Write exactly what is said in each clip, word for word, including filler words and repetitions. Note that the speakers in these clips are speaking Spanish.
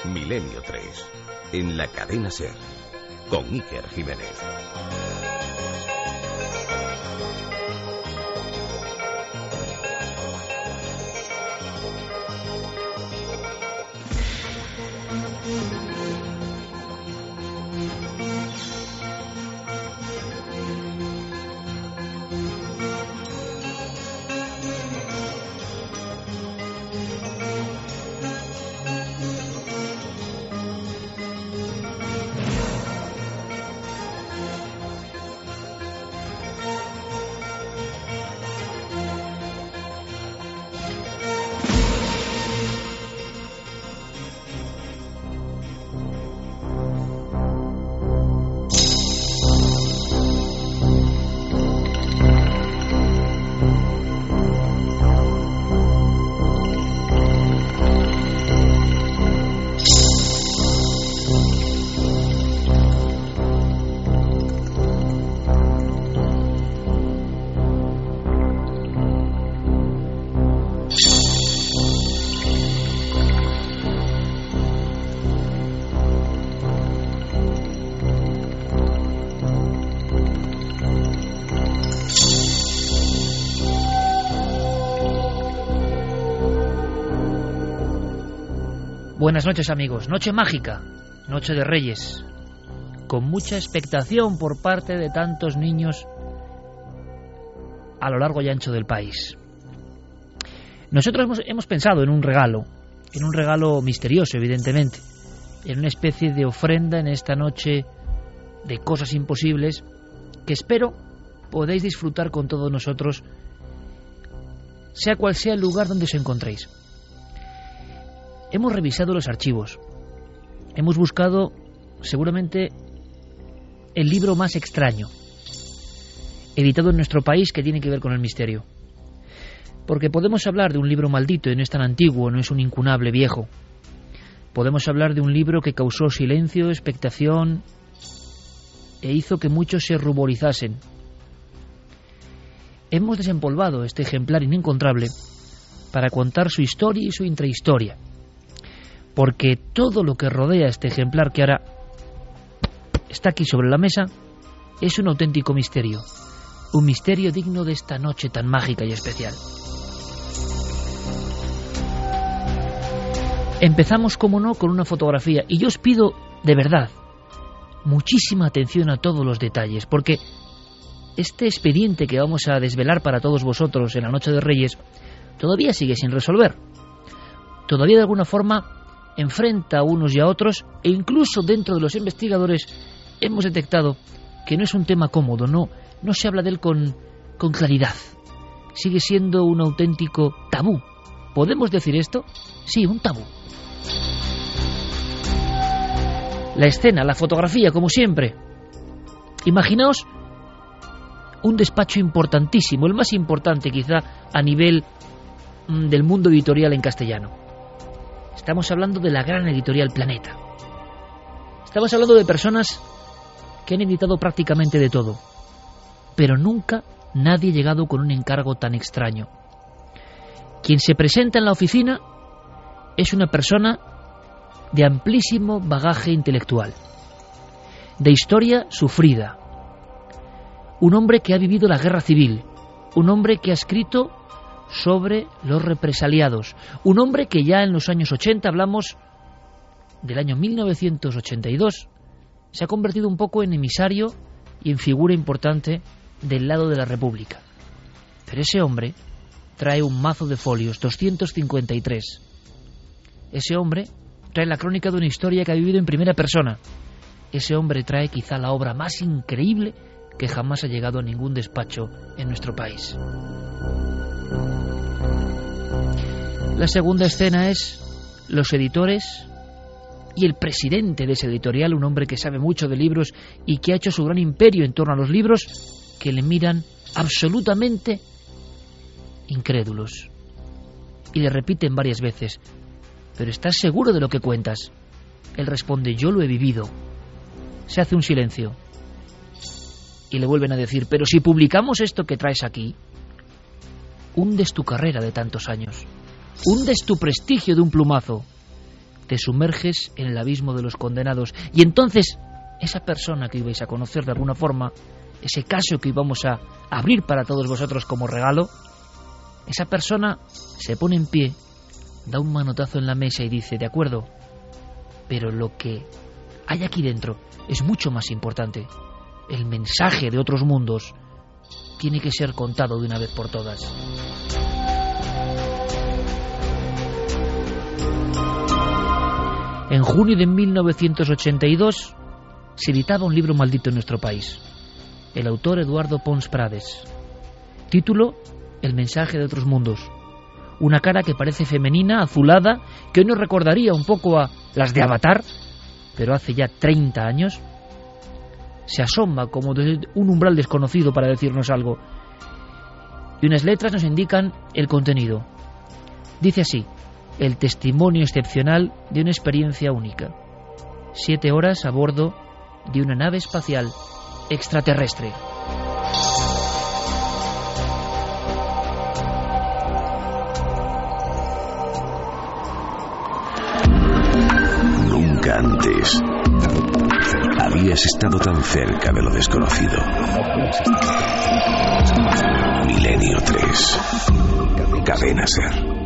Milenio tres, en la cadena SER, con Iker Jiménez. Buenas noches, amigos. Noche mágica, noche de Reyes, con mucha expectación por parte de tantos niños a lo largo y ancho del país. Nosotros hemos, hemos pensado en un regalo, en un regalo misterioso, evidentemente, en una especie de ofrenda en esta noche de cosas imposibles que espero podéis disfrutar con todos nosotros, sea cual sea el lugar donde os encontréis. Hemos revisado los archivos, hemos buscado seguramente el libro más extraño editado en nuestro país que tiene que ver con el misterio. Porque podemos hablar de un libro maldito y no es tan antiguo, no es un incunable viejo. Podemos hablar de un libro que causó silencio, expectación e hizo que muchos se ruborizasen. Hemos desempolvado este ejemplar inencontrable para contar su historia y su intrahistoria. Porque todo lo que rodea este ejemplar que ahora está aquí sobre la mesa es un auténtico misterio. Un misterio digno de esta noche tan mágica y especial. Empezamos, como no, con una fotografía. Y yo os pido, de verdad, muchísima atención a todos los detalles. Porque este expediente que vamos a desvelar para todos vosotros en la noche de Reyes todavía sigue sin resolver. Todavía de alguna forma enfrenta a unos y a otros, e incluso dentro de los investigadores hemos detectado que no es un tema cómodo, no, no se habla de él con, con claridad. Sigue siendo un auténtico tabú. ¿Podemos decir esto? Sí, un tabú. La escena, la fotografía, como siempre. Imaginaos un despacho importantísimo, el más importante quizá a nivel mm, del mundo editorial en castellano. Estamos hablando de la gran editorial Planeta. Estamos hablando de personas que han editado prácticamente de todo, pero nunca nadie ha llegado con un encargo tan extraño. Quien se presenta en la oficina es una persona de amplísimo bagaje intelectual, de historia sufrida, un hombre que ha vivido la guerra civil, un hombre que ha escrito sobre los represaliados, un hombre que ya en los años ochenta, hablamos del año mil novecientos ochenta y dos, se ha convertido un poco en emisario y en figura importante del lado de la República. Pero ese hombre trae un mazo de folios, doscientos cincuenta y tres. Ese hombre trae la crónica de una historia que ha vivido en primera persona. Ese hombre trae quizá la obra más increíble que jamás ha llegado a ningún despacho en nuestro país. La segunda escena es los editores y el presidente de ese editorial, un hombre que sabe mucho de libros y que ha hecho su gran imperio en torno a los libros, que le miran absolutamente incrédulos y le repiten varias veces: ¿pero estás seguro de lo que cuentas? Él responde: yo lo he vivido. Se hace un silencio y le vuelven a decir: pero si publicamos esto que traes aquí, hundes tu carrera de tantos años, hundes tu prestigio de un plumazo. te sumerges en el abismo de los condenados. Y entonces, esa persona que ibais a conocer de alguna forma, ese caso que íbamos a abrir para todos vosotros como regalo, esa persona se pone en pie, da un manotazo en la mesa y dice, de acuerdo, pero lo que hay aquí dentro es mucho más importante. El mensaje de otros mundos tiene que ser contado de una vez por todas. En junio de mil novecientos ochenta y dos se editaba un libro maldito en nuestro país. El autor Eduardo Pons Prades. Título: El mensaje de otros mundos. Una cara que parece femenina, azulada, que hoy nos recordaría un poco a las de Avatar, pero hace ya treinta años, se asoma como desde un umbral desconocido para decirnos algo. Y unas letras nos indican el contenido. Dice así: el testimonio excepcional de una experiencia única. Siete horas a bordo de una nave espacial extraterrestre. Nunca antes habías estado tan cerca de lo desconocido. Milenio tres. Cadena SER.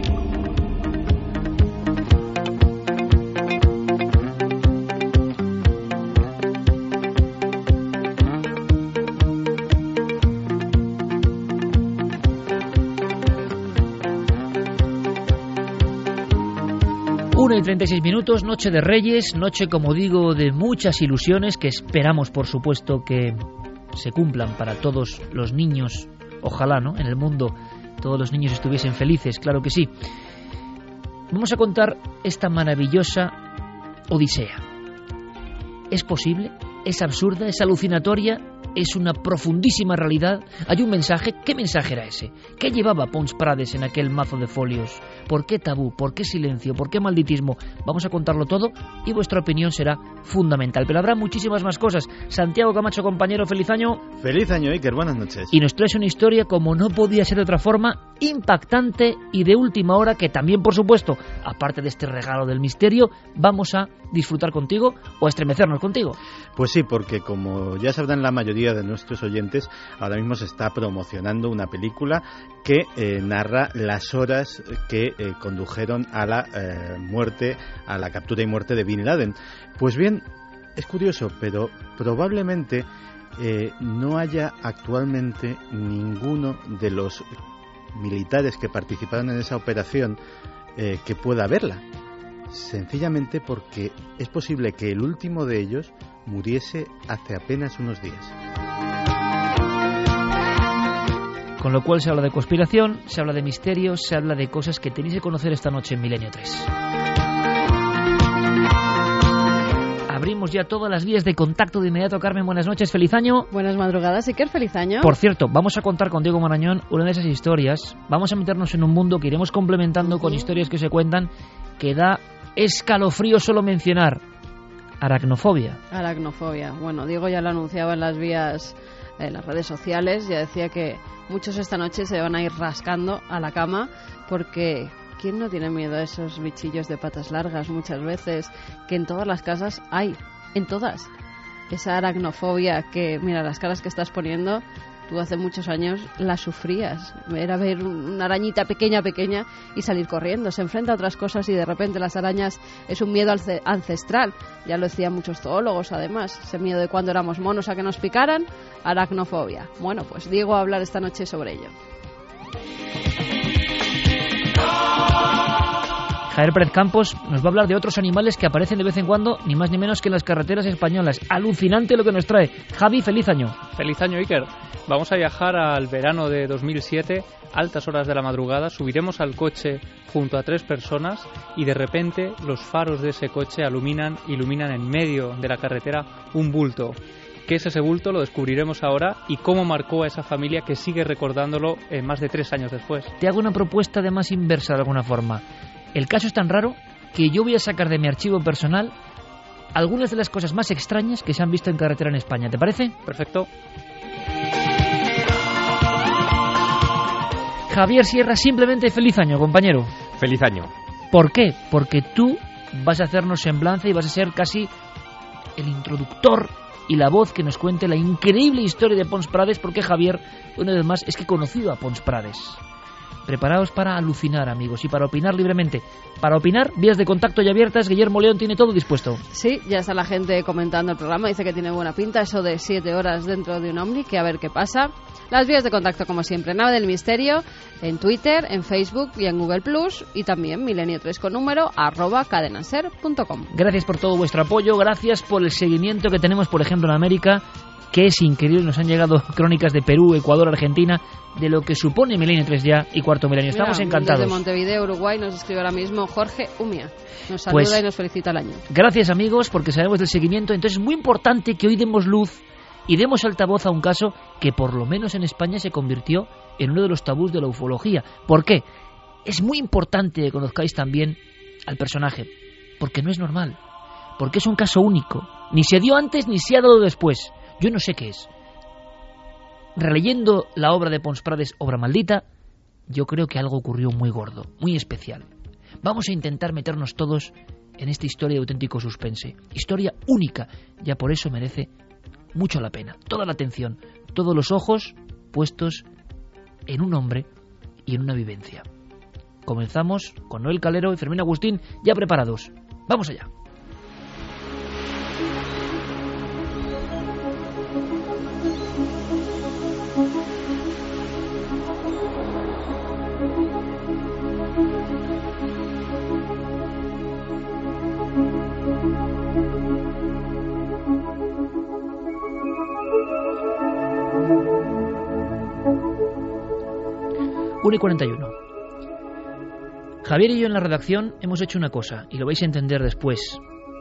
una y treinta y seis minutos, noche de Reyes, noche, como digo, de muchas ilusiones que esperamos, por supuesto, que se cumplan para todos los niños. Ojalá, ¿no?, en el mundo todos los niños estuviesen felices, claro que sí. Vamos a contar esta maravillosa odisea. ¿Es posible? ¿Es absurda? ¿Es alucinatoria? ¿Es una profundísima realidad? ¿Hay un mensaje? ¿Qué mensaje era ese? ¿Qué llevaba Pons Prades en aquel mazo de folios? ¿Por qué tabú? ¿Por qué silencio? ¿Por qué malditismo? Vamos a contarlo todo y vuestra opinión será fundamental. Pero habrá muchísimas más cosas. Santiago Camacho, compañero, feliz año. Feliz año, Iker, buenas noches. Y nos traes una historia, como no podía ser de otra forma, impactante y de última hora, que también, por supuesto, aparte de este regalo del misterio, vamos a disfrutar contigo o a estremecernos contigo. Pues sí, porque como ya sabrán la mayoría de nuestros oyentes, ahora mismo se está promocionando una película que eh, narra las horas que eh, condujeron a la eh, muerte, a la captura y muerte de Bin Laden. Pues bien, es curioso, pero probablemente eh, no haya actualmente ninguno de los militares que participaron en esa operación eh, que pueda verla. Sencillamente porque es posible que el último de ellos muriese hace apenas unos días. Con lo cual se habla de conspiración, se habla de misterios, se habla de cosas que tenéis que conocer esta noche en Milenio tres. Abrimos ya todas las vías de contacto de inmediato. Carmen, buenas noches, feliz año. Buenas madrugadas, Iker, feliz año. Por cierto, vamos a contar con Diego Marañón una de esas historias. Vamos a meternos en un mundo que iremos complementando uh-huh. con historias que se cuentan, que da escalofrío solo mencionar. Aracnofobia. Aracnofobia. Bueno, Diego ya lo anunciaba en las vías, en las redes sociales, ya decía que muchos esta noche se van a ir rascando a la cama porque ¿quién no tiene miedo a esos bichillos de patas largas muchas veces que en todas las casas hay? En todas. Esa aracnofobia que, mira, las caras que estás poniendo, tú hace muchos años la sufrías. Era ver una arañita pequeña, pequeña y salir corriendo. Se enfrenta a otras cosas y de repente las arañas es un miedo ancestral. Ya lo decían muchos zoólogos, además. Ese miedo de cuando éramos monos a que nos picaran, aracnofobia. Bueno, pues Diego va a hablar esta noche sobre ello. Javier Pérez Campos nos va a hablar de otros animales que aparecen de vez en cuando, ni más ni menos que en las carreteras españolas. Alucinante lo que nos trae. Javi, feliz año. Feliz año, Iker. Vamos a viajar al verano de dos mil siete, altas horas de la madrugada, subiremos al coche junto a tres personas y de repente los faros de ese coche iluminan, iluminan en medio de la carretera un bulto. ¿Qué es ese bulto? Lo descubriremos ahora y cómo marcó a esa familia que sigue recordándolo eh, más de tres años después. Te hago una propuesta además inversa de alguna forma. El caso es tan raro que yo voy a sacar de mi archivo personal algunas de las cosas más extrañas que se han visto en carretera en España. ¿Te parece? Perfecto. Javier Sierra, simplemente feliz año, compañero. Feliz año. ¿Por qué? Porque tú vas a hacernos semblanza y vas a ser casi el introductor y la voz que nos cuente la increíble historia de Pons Prades, porque Javier, una vez más, es que he conocido a Pons Prades. Preparaos para alucinar, amigos, y para opinar libremente. Para opinar, vías de contacto ya abiertas. Guillermo León tiene todo dispuesto. Sí, ya está la gente comentando el programa. Dice que tiene buena pinta eso de siete horas dentro de un Omni, que a ver qué pasa. Las vías de contacto, como siempre, Nave del Misterio, en Twitter, en Facebook y en Google Plus, y también milenio tres con número, arroba cadenaser punto com. Gracias por todo vuestro apoyo, gracias por el seguimiento que tenemos, por ejemplo, en América, que es increíble. Nos han llegado crónicas de Perú, Ecuador, Argentina, de lo que supone Milenio tres ya y Cuarto Milenio. Estamos Mira, encantados. Desde Montevideo, Uruguay, nos escribe ahora mismo Jorge Umia. Nos saluda Pues, y nos felicita el año. Gracias, amigos, porque sabemos del seguimiento. Entonces es muy importante que hoy demos luz y demos altavoz a un caso que por lo menos en España se convirtió en uno de los tabús de la ufología. ¿Por qué? Es muy importante que conozcáis también al personaje, porque no es normal, porque es un caso único. Ni se dio antes ni se ha dado después. Yo no sé qué es. Releyendo la obra de Pons Prades, Obra Maldita, yo creo que algo ocurrió muy gordo, muy especial. Vamos a intentar meternos todos en esta historia de auténtico suspense. Historia única, ya por eso merece mucho la pena. Toda la atención, todos los ojos puestos en un hombre y en una vivencia. Comenzamos con Noel Calero y Fermín Agustín ya preparados. ¡Vamos allá! una y cuarenta y uno. Javier y yo en la redacción hemos hecho una cosa, y lo vais a entender después.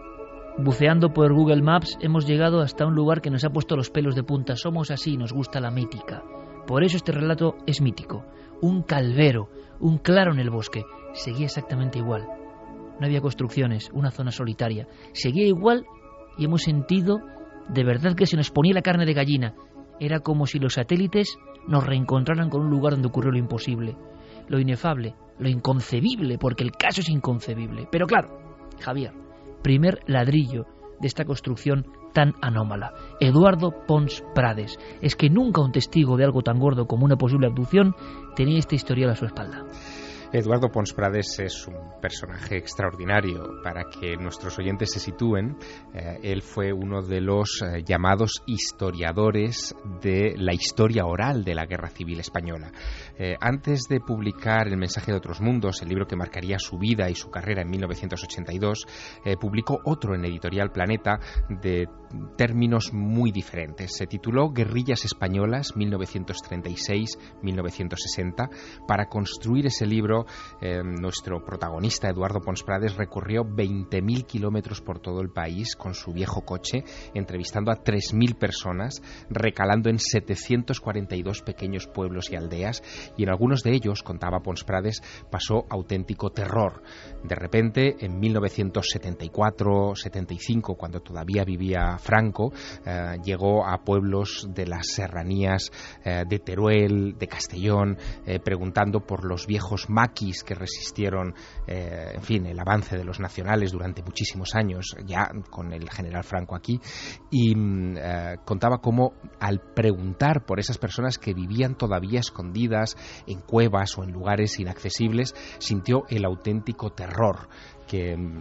Buceando por Google Maps hemos llegado hasta un lugar que nos ha puesto los pelos de punta. Somos así, nos gusta la mítica. Por eso este relato es mítico. Un calvero, un claro en el bosque. Seguía exactamente igual. No había construcciones, una zona solitaria. Seguía igual y hemos sentido de verdad que se nos ponía la carne de gallina. Era como si los satélites nos reencontraran con un lugar donde ocurrió lo imposible, lo inefable, lo inconcebible, porque el caso es inconcebible. Pero claro, Javier, primer ladrillo de esta construcción tan anómala. Eduardo Pons Prades. Es que nunca un testigo de algo tan gordo como una posible abducción tenía esta historial a su espalda. Eduardo Pons Prades es un personaje extraordinario. Para que nuestros oyentes se sitúen, eh, él fue uno de los eh, llamados historiadores de la historia oral de la Guerra Civil Española. Eh, antes de publicar El mensaje de otros mundos, el libro que marcaría su vida y su carrera en mil novecientos ochenta y dos, eh, publicó otro en Editorial Planeta de términos muy diferentes. Se tituló Guerrillas Españolas mil novecientos treinta y seis a mil novecientos sesenta. Para construir ese libro, Eh, nuestro protagonista, Eduardo Pons Prades, recorrió veinte mil kilómetros por todo el país con su viejo coche, entrevistando a tres mil personas, recalando en setecientos cuarenta y dos pequeños pueblos y aldeas, y en algunos de ellos, contaba Pons Prades, pasó auténtico terror. De repente, en mil novecientos setenta y cuatro setenta y cinco, cuando todavía vivía Franco, eh, llegó a pueblos de las serranías eh, de Teruel, de Castellón, eh, preguntando por los viejos maquis que resistieron, eh, en fin, el avance de los nacionales durante muchísimos años, ya con el general Franco aquí, y eh, contaba cómo al preguntar por esas personas que vivían todavía escondidas en cuevas o en lugares inaccesibles, sintió el auténtico terror, que eh,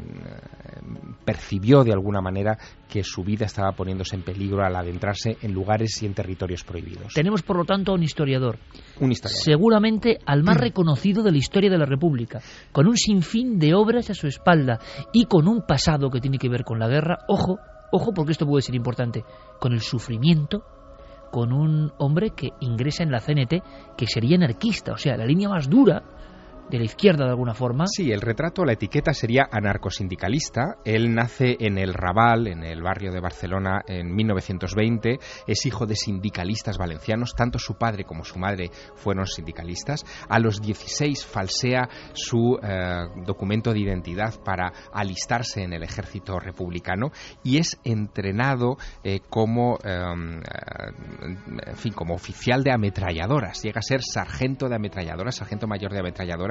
percibió de alguna manera que su vida estaba poniéndose en peligro al adentrarse en lugares y en territorios prohibidos. Tenemos, por lo tanto, a un historiador. Un historiador. Seguramente al más reconocido de la historia de la República, con un sinfín de obras a su espalda y con un pasado que tiene que ver con la guerra. Ojo, ojo, porque esto puede ser importante, con el sufrimiento, con un hombre que ingresa en la C N T, que sería anarquista, o sea, la línea más dura de la izquierda de alguna forma. Sí, el retrato, la etiqueta sería anarcosindicalista. Él nace en el Raval, en el barrio de Barcelona, en mil novecientos veinte. Es hijo de sindicalistas valencianos. Tanto su padre como su madre fueron sindicalistas. A los dieciséis falsea su eh, documento de identidad para alistarse en el ejército republicano y es entrenado eh, como, eh, en fin, como oficial de ametralladoras. Llega a ser sargento de ametralladoras, sargento mayor de ametralladoras,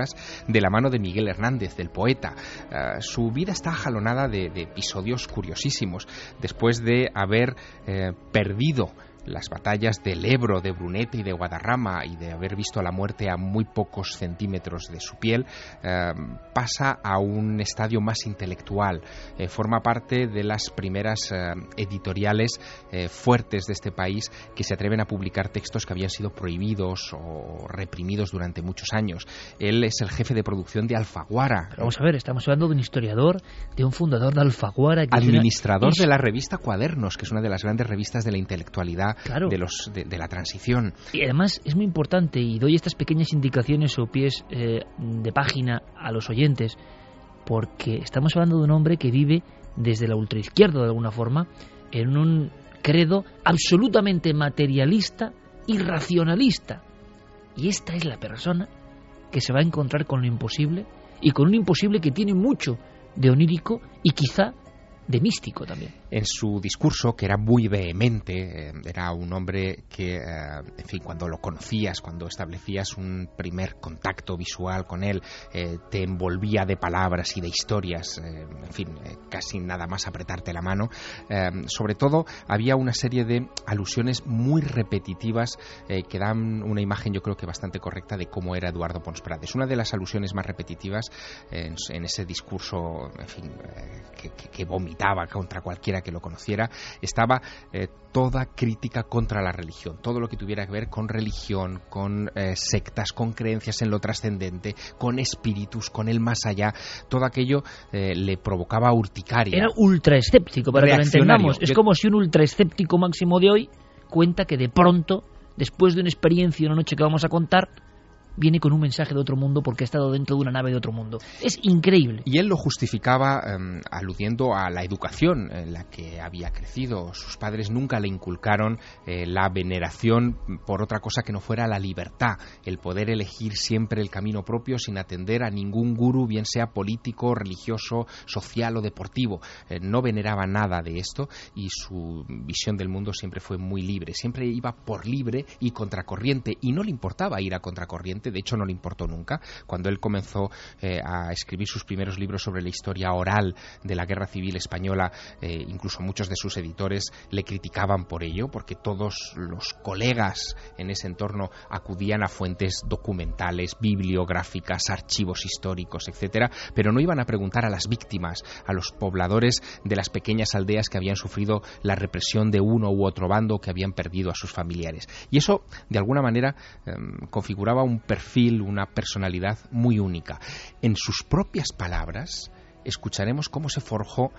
crónicas de la mano de Miguel Hernández, del poeta. Uh, su vida está jalonada de, de episodios curiosísimos. Después de haber eh, perdido las batallas del Ebro, de Brunete y de Guadarrama, y de haber visto la muerte a muy pocos centímetros de su piel, eh, pasa a un estadio más intelectual. Eh, forma parte de las primeras eh, editoriales eh, fuertes de este país que se atreven a publicar textos que habían sido prohibidos o reprimidos durante muchos años. Él es el jefe de producción de Alfaguara. Pero vamos a ver, estamos hablando de un historiador, de un fundador de Alfaguara. Que administrador era... de la revista Cuadernos, que es una de las grandes revistas de la intelectualidad. Claro. De, los, de, de la transición. Y además es muy importante, y doy estas pequeñas indicaciones o pies eh, de página a los oyentes, porque estamos hablando de un hombre que vive desde la ultraizquierda, de alguna forma, en un credo absolutamente materialista y racionalista. Y esta es la persona que se va a encontrar con lo imposible, y con un imposible que tiene mucho de onírico y quizá de místico también. En su discurso, que era muy vehemente, eh, era un hombre que, eh, en fin, cuando lo conocías, cuando establecías un primer contacto visual con él, eh, te envolvía de palabras y de historias, eh, en fin, eh, casi nada más apretarte la mano. Eh, sobre todo, había una serie de alusiones muy repetitivas eh, que dan una imagen, yo creo que bastante correcta, de cómo era Eduardo Pons Prades. Una de las alusiones más repetitivas eh, en, en ese discurso, en fin, eh, que, que, que vomitaba contra cualquiera que lo conociera, estaba eh, toda crítica contra la religión, todo lo que tuviera que ver con religión, con eh, sectas, con creencias en lo trascendente, con espíritus, con el más allá, todo aquello eh, le provocaba urticaria. Era ultraescéptico, para que lo entendamos. Es Yo... como si un ultraescéptico máximo de hoy cuenta que de pronto, después de una experiencia, una noche que vamos a contar, viene con un mensaje de otro mundo porque ha estado dentro de una nave de otro mundo. Es increíble. Y él lo justificaba eh, aludiendo a la educación en la que había crecido. Sus padres nunca le inculcaron eh, la veneración por otra cosa que no fuera la libertad, el poder elegir siempre el camino propio sin atender a ningún gurú, bien sea político, religioso, social o deportivo. Eh, no veneraba nada de esto y su visión del mundo siempre fue muy libre. Siempre iba por libre y contracorriente, y no le importaba ir a contracorriente. De hecho, no le importó nunca. Cuando él comenzó eh, a escribir sus primeros libros sobre la historia oral de la Guerra Civil Española, eh, incluso muchos de sus editores le criticaban por ello, porque todos los colegas en ese entorno acudían a fuentes documentales, bibliográficas, archivos históricos, etcétera, pero no iban a preguntar a las víctimas, a los pobladores de las pequeñas aldeas que habían sufrido la represión de uno u otro bando, que habían perdido a sus familiares. Y eso, de alguna manera, eh, configuraba un perfil perfil, una personalidad muy única. En sus propias palabras, escucharemos cómo se forjó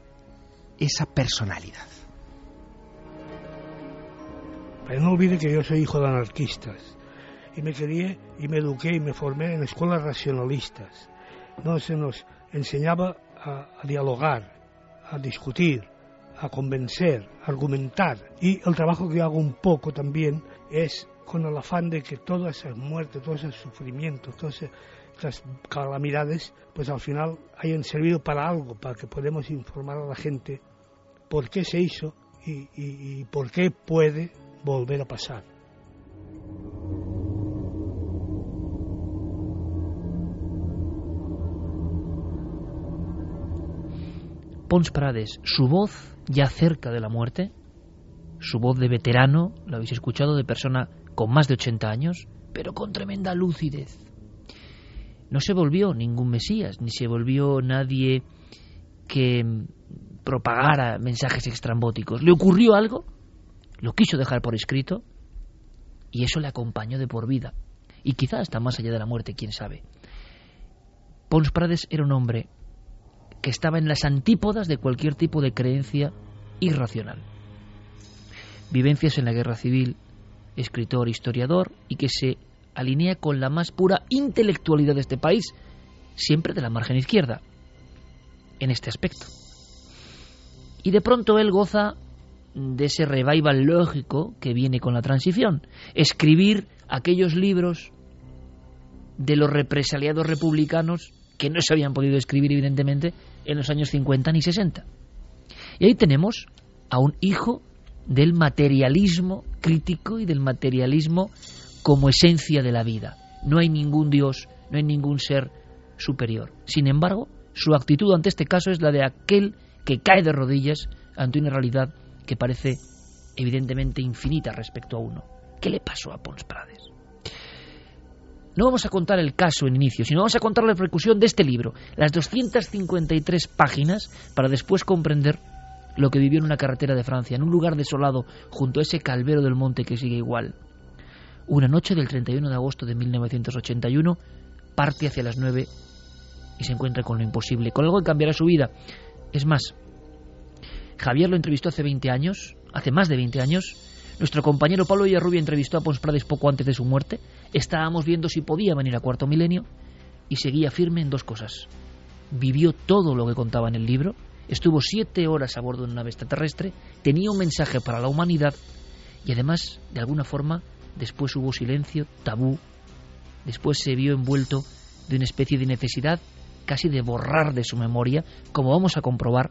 esa personalidad. Pero no olvide que yo soy hijo de anarquistas y me crié y me eduqué y me formé en escuelas racionalistas, donde se nos enseñaba a, a dialogar, a discutir, a convencer, a argumentar, y el trabajo que yo hago un poco también es con el afán de que todas esas muertes, todos esos sufrimientos, todas esas calamidades, pues al final hayan servido para algo, para que podamos informar a la gente por qué se hizo y, y, y por qué puede volver a pasar. Pons Prades, su voz ya cerca de la muerte, su voz de veterano, lo habéis escuchado, de persona con más de ochenta años, pero con tremenda lucidez. No se volvió ningún mesías, ni se volvió nadie que propagara mensajes extrambóticos. Le ocurrió algo, lo quiso dejar por escrito, y eso le acompañó de por vida. Y quizá hasta más allá de la muerte, quién sabe. Pons Prades era un hombre que estaba en las antípodas de cualquier tipo de creencia irracional. Vivencias en la guerra civil, escritor, historiador, y que se alinea con la más pura intelectualidad de este país, siempre de la margen izquierda, en este aspecto. Y de pronto él goza de ese revival lógico que viene con la transición, escribir aquellos libros de los represaliados republicanos que no se habían podido escribir, evidentemente, en los años cincuenta ni sesenta. Y ahí tenemos a un hijo del materialismo crítico y del materialismo como esencia de la vida. No hay ningún Dios, no hay ningún ser superior. Sin embargo, su actitud ante este caso es la de aquel que cae de rodillas ante una realidad que parece evidentemente infinita respecto a uno. ¿Qué le pasó a Pons Prades? No vamos a contar el caso en inicio, sino vamos a contar la repercusión de este libro, las doscientas cincuenta y tres páginas, para después comprender lo que vivió en una carretera de Francia, en un lugar desolado, junto a ese calvero del monte que sigue igual. Una noche del treinta y uno de agosto de mil novecientos ochenta y uno, parte hacia las nueve y se encuentra con lo imposible, con algo que cambiará su vida. Es más, Javier lo entrevistó hace veinte años, hace más de veinte años. Nuestro compañero Pablo Villarrubia entrevistó a Pons Prades poco antes de su muerte. Estábamos viendo si podía venir a Cuarto Milenio y seguía firme en dos cosas. Vivió todo lo que contaba en el libro, estuvo siete horas a bordo de una nave extraterrestre, tenía un mensaje para la humanidad y además, de alguna forma, después hubo silencio, tabú. Después se vio envuelto de una especie de necesidad casi de borrar de su memoria, como vamos a comprobar,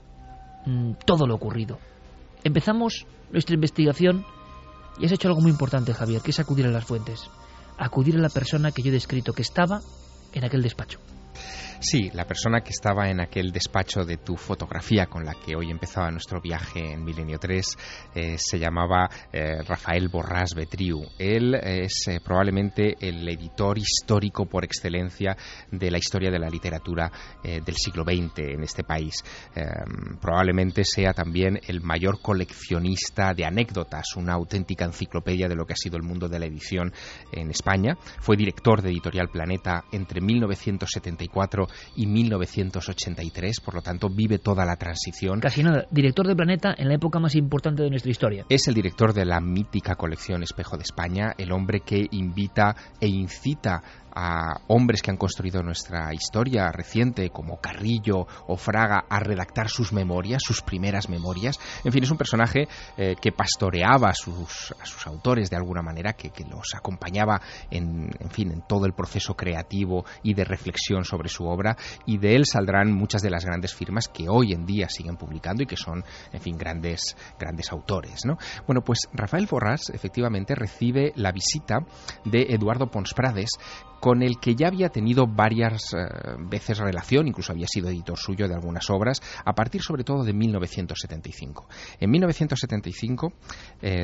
mmm, todo lo ocurrido. Empezamos nuestra investigación y has hecho algo muy importante, Javier, que es acudir a las fuentes, acudir a la persona que yo he descrito, que estaba en aquel despacho. Sí, la persona que estaba en aquel despacho de tu fotografía con la que hoy empezaba nuestro viaje en Milenio tres eh, se llamaba eh, Rafael Borràs Betriu. Él es eh, probablemente el editor histórico por excelencia de la historia de la literatura eh, del siglo veinte en este país. Eh, probablemente sea también el mayor coleccionista de anécdotas, una auténtica enciclopedia de lo que ha sido el mundo de la edición en España. Fue director de Editorial Planeta entre mil novecientos setenta y cuatro y mil novecientos ochenta y tres, por lo tanto vive toda la transición. Casi nada, director de Planeta en la época más importante de nuestra historia. Es el director de la mítica colección Espejo de España, el hombre que invita e incita a hombres que han construido nuestra historia reciente, como Carrillo o Fraga, a redactar sus memorias, sus primeras memorias. En fin, es un personaje eh, que pastoreaba a sus, a sus autores de alguna manera, que, que los acompañaba en, en fin, en todo el proceso creativo y de reflexión sobre su obra, y de él saldrán muchas de las grandes firmas que hoy en día siguen publicando y que son, en fin, grandes, grandes autores, ¿no? Bueno, pues Rafael Borràs efectivamente recibe la visita de Eduardo Pons Prades, con el que ya había tenido varias eh, veces relación, incluso había sido editor suyo de algunas obras, a partir sobre todo de mil novecientos setenta y cinco. En mil novecientos setenta y cinco eh,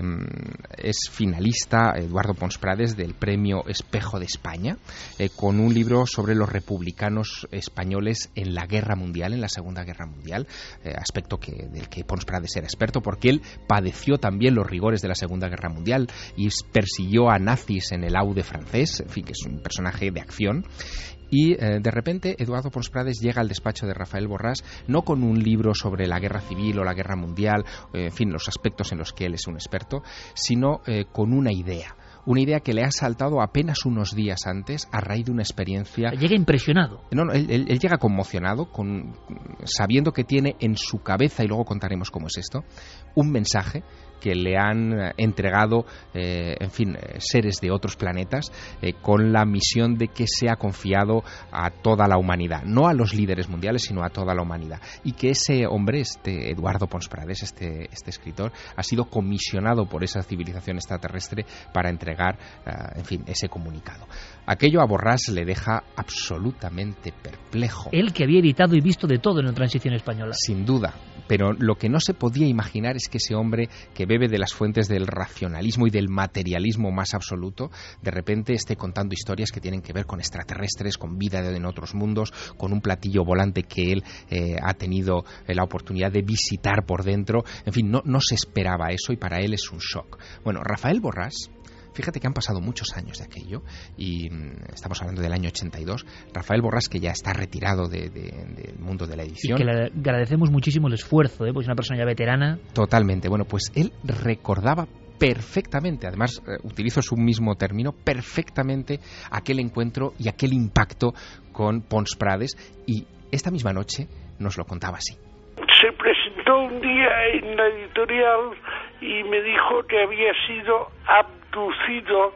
es finalista Eduardo Pons Prades del premio Espejo de España, eh, con un libro sobre los republicanos españoles en la Guerra Mundial, en la Segunda Guerra Mundial, eh, aspecto que, del que Pons Prades era experto, porque él padeció también los rigores de la Segunda Guerra Mundial y persiguió a nazis en el Aude francés, en fin, que es un personaje de acción. Y eh, de repente Eduardo Pons Prades llega al despacho de Rafael Borràs no con un libro sobre la guerra civil o la guerra mundial, eh, en fin, los aspectos en los que él es un experto, sino eh, con una idea. Una idea que le ha saltado apenas unos días antes a raíz de una experiencia... Llega impresionado. No, no, él, él, él llega conmocionado, con, sabiendo que tiene en su cabeza, y luego contaremos cómo es esto, un mensaje que le han entregado, eh, en fin, seres de otros planetas, eh, con la misión de que sea confiado a toda la humanidad, no a los líderes mundiales, sino a toda la humanidad, y que ese hombre, este Eduardo Pons Prades, este, este escritor, ha sido comisionado por esa civilización extraterrestre para entregar, uh, en fin, ese comunicado. Aquello a Borràs le deja absolutamente perplejo. Él que había editado y visto de todo en la transición española. Sin duda, pero lo que no se podía imaginar es que ese hombre que bebe de las fuentes del racionalismo y del materialismo más absoluto, de repente esté contando historias que tienen que ver con extraterrestres, con vida en otros mundos, con un platillo volante que él eh, ha tenido eh, la oportunidad de visitar por dentro. En fin, no, no se esperaba eso y para él es un shock. Bueno, Rafael Borràs, fíjate que han pasado muchos años de aquello y mmm, estamos hablando del año ochenta y dos. Rafael Borràs, que ya está retirado de, de, del mundo de la edición. Y que le agradecemos muchísimo el esfuerzo, ¿eh? Porque es una persona ya veterana. Totalmente. Bueno, pues él recordaba perfectamente, además eh, utilizo su mismo término, perfectamente aquel encuentro y aquel impacto con Pons Prades, y esta misma noche nos lo contaba así. Se presentó un día en la editorial y me dijo que había sido abducido,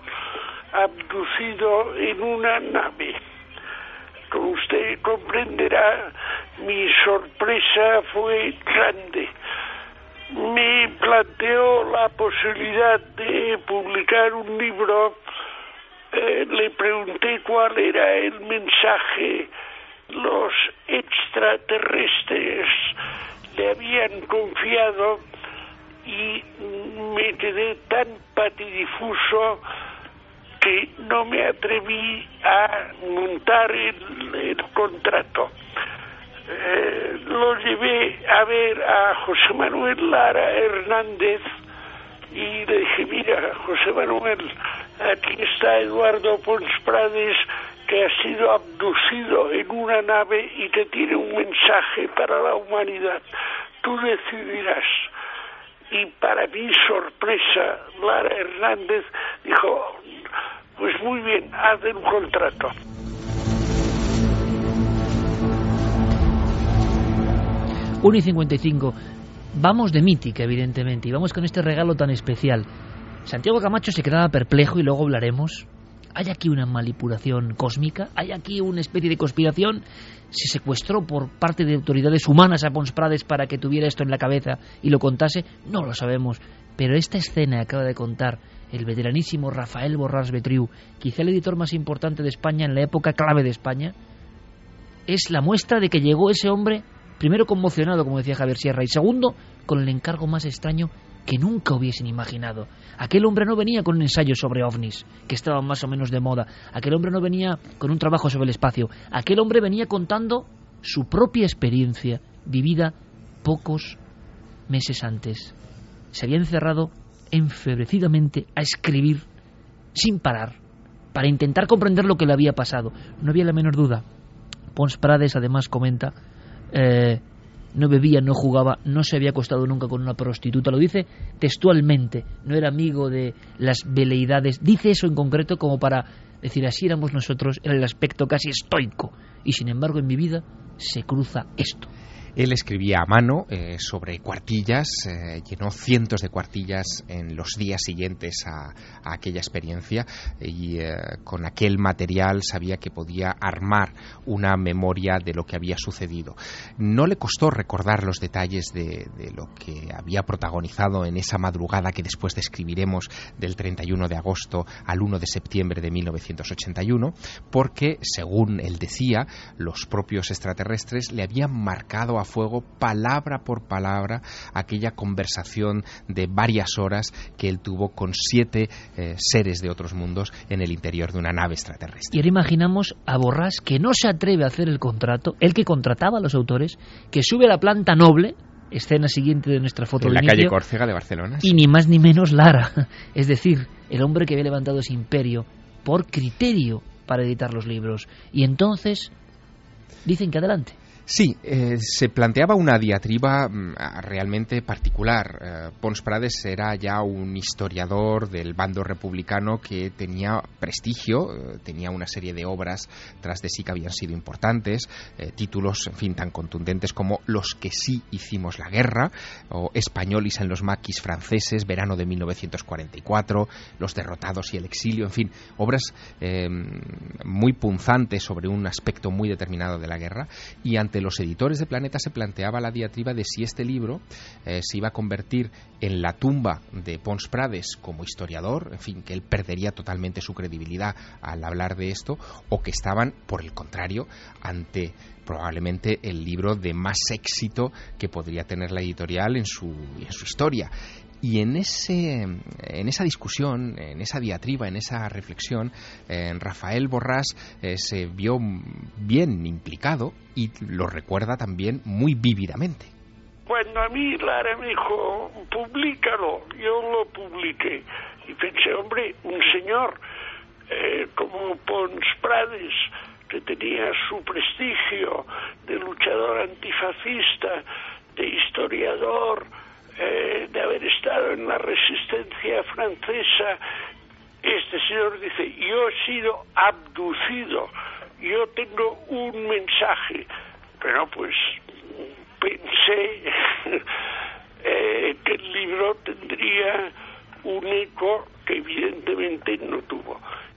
abducido en una nave. Como usted comprenderá, mi sorpresa fue grande. Me planteó la posibilidad de publicar un libro eh, le pregunté cuál era el mensaje. Los extraterrestres le habían confiado y me quedé tan patidifuso que no me atreví a montar el, el contrato. Eh, lo llevé a ver a José Manuel Lara Hernández y le dije, mira, José Manuel, aquí está Eduardo Pons Prades, que ha sido abducido en una nave y que tiene un mensaje para la humanidad. Tú decidirás. Y para mi sorpresa, Lara Hernández dijo, pues muy bien, haz un contrato. uno y cincuenta y cinco. Vamos de mítica, evidentemente, y vamos con este regalo tan especial. Santiago Camacho se quedaba perplejo y luego hablaremos. ¿Hay aquí una manipulación cósmica? ¿Hay aquí una especie de conspiración? ¿Se secuestró por parte de autoridades humanas a Pons Prades para que tuviera esto en la cabeza y lo contase? No lo sabemos. Pero esta escena que acaba de contar el veteranísimo Rafael Borràs Betriu, quizá el editor más importante de España en la época clave de España, es la muestra de que llegó ese hombre, primero conmocionado, como decía Javier Sierra, y segundo, con el encargo más extraño que nunca hubiesen imaginado. Aquel hombre no venía con un ensayo sobre ovnis, que estaban más o menos de moda. Aquel hombre no venía con un trabajo sobre el espacio. Aquel hombre venía contando su propia experiencia, vivida pocos meses antes. Se había encerrado enfebrecidamente a escribir sin parar, para intentar comprender lo que le había pasado. No había la menor duda. Pons Prades además comenta... Eh, no bebía, no jugaba, no se había acostado nunca con una prostituta, lo dice textualmente, no era amigo de las veleidades, dice eso en concreto como para decir así éramos nosotros, era el aspecto casi estoico, y sin embargo en mi vida se cruza esto. Él escribía a mano eh, sobre cuartillas, eh, llenó cientos de cuartillas en los días siguientes a, a aquella experiencia y eh, con aquel material sabía que podía armar una memoria de lo que había sucedido. No le costó recordar los detalles de, de lo que había protagonizado en esa madrugada que después describiremos del treinta y uno de agosto al uno de septiembre de mil novecientos ochenta y uno, porque, según él decía, los propios extraterrestres le habían marcado a fuego, palabra por palabra, aquella conversación de varias horas que él tuvo con siete eh, seres de otros mundos en el interior de una nave extraterrestre. Y ahora imaginamos a Borràs, que no se atreve a hacer el contrato, el que contrataba a los autores, que sube a la planta noble, escena siguiente de nuestra foto en de la inicio, calle Córcega de Barcelona, y ni más ni menos Lara, es decir, el hombre que había levantado ese imperio por criterio para editar los libros. Y entonces dicen que adelante. Sí, eh, se planteaba una diatriba mm, realmente particular. Eh, Pons Prades era ya un historiador del bando republicano que tenía prestigio, eh, tenía una serie de obras tras de sí que habían sido importantes, eh, títulos, en fin, tan contundentes como Los que sí hicimos la guerra, o Españolis en los maquis franceses, verano de mil novecientos cuarenta y cuatro, Los derrotados y el exilio, en fin, obras eh, muy punzantes sobre un aspecto muy determinado de la guerra, y ante los editores de Planeta se planteaba la diatriba de si este libro eh, se iba a convertir en la tumba de Pons Prades como historiador, en fin, que él perdería totalmente su credibilidad al hablar de esto, o que estaban, por el contrario, ante probablemente el libro de más éxito que podría tener la editorial en su, en su historia. Y en ese, en esa discusión, en esa diatriba, en esa reflexión, eh, Rafael Borràs eh, se vio bien implicado y lo recuerda también muy vívidamente. Cuando a mí Lara me dijo, públicalo, yo lo publiqué. Y pensé, hombre, un señor eh, como Pons Prades, que tenía su prestigio de luchador antifascista, de historiador, Eh, de haber estado en la resistencia francesa, este señor dice, yo he sido abducido, yo tengo un mensaje. Pero pues pensé eh, que el libro tendría un eco que evidentemente no tuvo.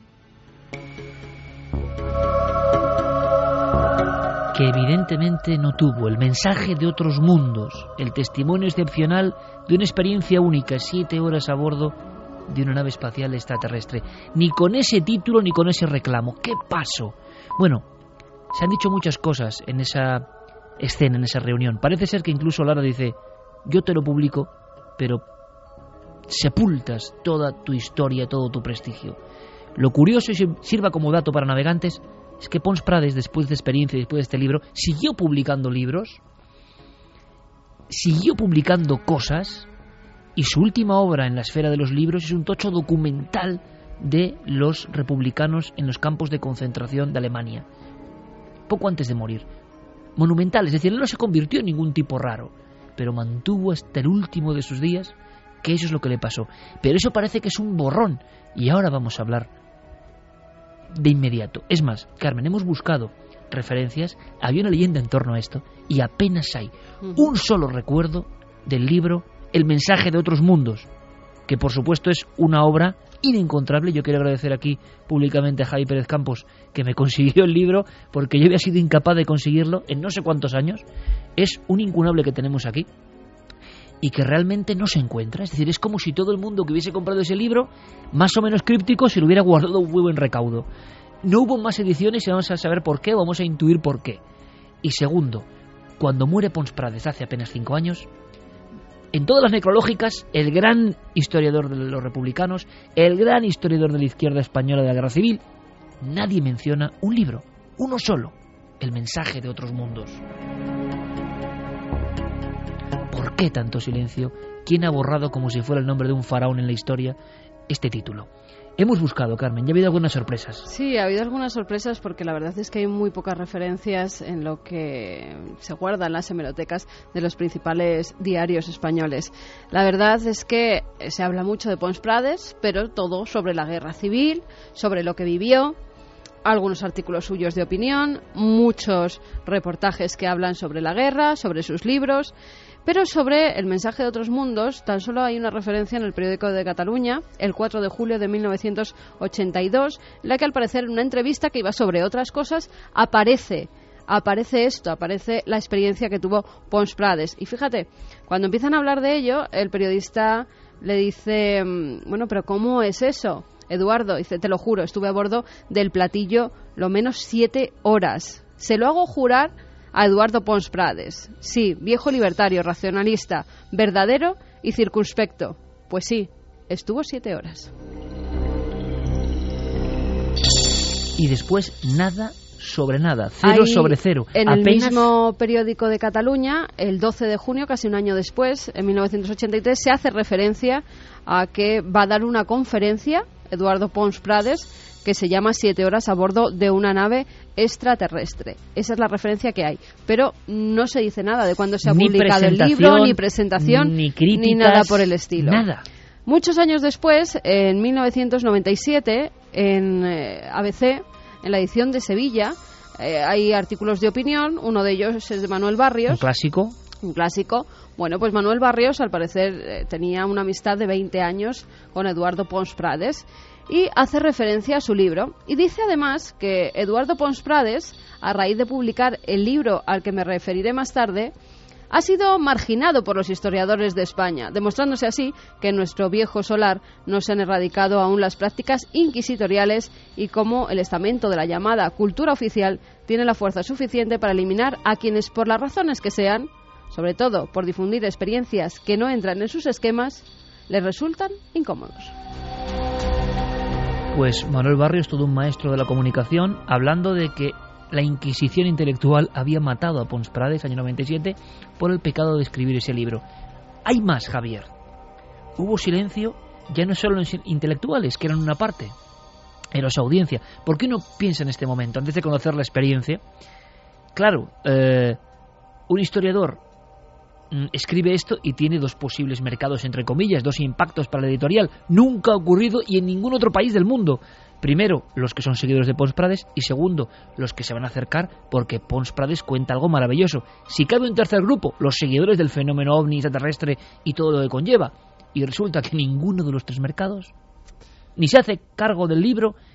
Que evidentemente no tuvo, el mensaje de otros mundos, el testimonio excepcional de una experiencia única, siete horas a bordo de una nave espacial extraterrestre. Ni con ese título ni con ese reclamo. ¿Qué pasó? Bueno, se han dicho muchas cosas en esa escena, en esa reunión. Parece ser que incluso Lara dice, yo te lo publico, pero sepultas toda tu historia, todo tu prestigio. Lo curioso, y sirva como dato para navegantes, es que Pons Prades, después de esta experiencia y después de este libro, siguió publicando libros, siguió publicando cosas, y su última obra en la esfera de los libros es un tocho documental de los republicanos en los campos de concentración de Alemania, poco antes de morir. Monumental, es decir, él no se convirtió en ningún tipo raro, pero mantuvo hasta el último de sus días que eso es lo que le pasó. Pero eso parece que es un borrón, y ahora vamos a hablar de inmediato. Es más, Carmen, hemos buscado referencias, había una leyenda en torno a esto, y apenas hay un solo recuerdo del libro El mensaje de otros mundos, que por supuesto es una obra inencontrable. Yo quiero agradecer aquí públicamente a Javi Pérez Campos, que me consiguió el libro, porque yo había sido incapaz de conseguirlo en no sé cuántos años. Es un incunable que tenemos aquí y que realmente no se encuentra. Es decir, es como si todo el mundo que hubiese comprado ese libro, más o menos críptico, se lo hubiera guardado un muy buen recaudo. No hubo más ediciones y vamos a saber por qué, o vamos a intuir por qué. Y segundo, cuando muere Pons Prades hace apenas cinco años, en todas las necrológicas, el gran historiador de los republicanos, el gran historiador de la izquierda española de la Guerra Civil, nadie menciona un libro, uno solo, El mensaje de otros mundos. ¿Por qué tanto silencio? ¿Quién ha borrado, como si fuera el nombre de un faraón en la historia, este título? Hemos buscado, Carmen, ya ha habido algunas sorpresas. Sí, ha habido algunas sorpresas porque la verdad es que hay muy pocas referencias en lo que se guarda en las hemerotecas de los principales diarios españoles. La verdad es que se habla mucho de Pons Prades, pero todo sobre la guerra civil, sobre lo que vivió, algunos artículos suyos de opinión, muchos reportajes que hablan sobre la guerra, sobre sus libros. Pero sobre el mensaje de otros mundos, tan solo hay una referencia en el periódico de Cataluña, el cuatro de julio de mil novecientos ochenta y dos, en la que al parecer en una entrevista que iba sobre otras cosas, aparece, aparece esto, aparece la experiencia que tuvo Pons Prades. Y fíjate, cuando empiezan a hablar de ello, el periodista le dice, bueno, pero ¿cómo es eso? Eduardo dice, te lo juro, estuve a bordo del platillo lo menos siete horas. Se lo hago jurar a Eduardo Pons Prades. Sí, viejo libertario, racionalista, verdadero y circunspecto. Pues sí, estuvo siete horas. Y después nada sobre nada, cero Hay, sobre cero. En Apenas... el mismo periódico de Cataluña, el doce de junio, casi un año después, en mil novecientos ochenta y tres, se hace referencia a que va a dar una conferencia, Eduardo Pons Prades, que se llama Siete horas a bordo de una nave extraterrestre. Esa es la referencia que hay. Pero no se dice nada de cuándo se ha ni publicado el libro, ni presentación, ni, críticas, ni nada por el estilo. Nada. Muchos años después, en mil novecientos noventa y siete, en eh, A B C, en la edición de Sevilla, eh, hay artículos de opinión. Uno de ellos es de Manuel Barrios. Un clásico. Un clásico. Bueno, pues Manuel Barrios, al parecer, eh, tenía una amistad de veinte años con Eduardo Pons Prades y hace referencia a su libro. Y dice además que Eduardo Pons Prades, a raíz de publicar el libro al que me referiré más tarde, ha sido marginado por los historiadores de España, demostrándose así que en nuestro viejo solar no se han erradicado aún las prácticas inquisitoriales y cómo el estamento de la llamada cultura oficial tiene la fuerza suficiente para eliminar a quienes, por las razones que sean, sobre todo por difundir experiencias que no entran en sus esquemas, les resultan incómodos. Pues Manuel Barrios, todo un maestro de la comunicación, hablando de que la Inquisición intelectual había matado a Pons Prades, año noventa y siete, por el pecado de escribir ese libro. Hay más, Javier. Hubo silencio, ya no solo en los intelectuales, que eran una parte, en los audiencia. ¿Por qué uno piensa en este momento, antes de conocer la experiencia? Claro, eh, un historiador escribe esto y tiene dos posibles mercados, entre comillas, dos impactos para la editorial. Nunca ha ocurrido y en ningún otro país del mundo. Primero, los que son seguidores de Pons Prades, y segundo, los que se van a acercar porque Pons Prades cuenta algo maravilloso. Si cabe un tercer grupo, los seguidores del fenómeno ovni extraterrestre y todo lo que conlleva. Y resulta que ninguno de los tres mercados ni se hace cargo del libro,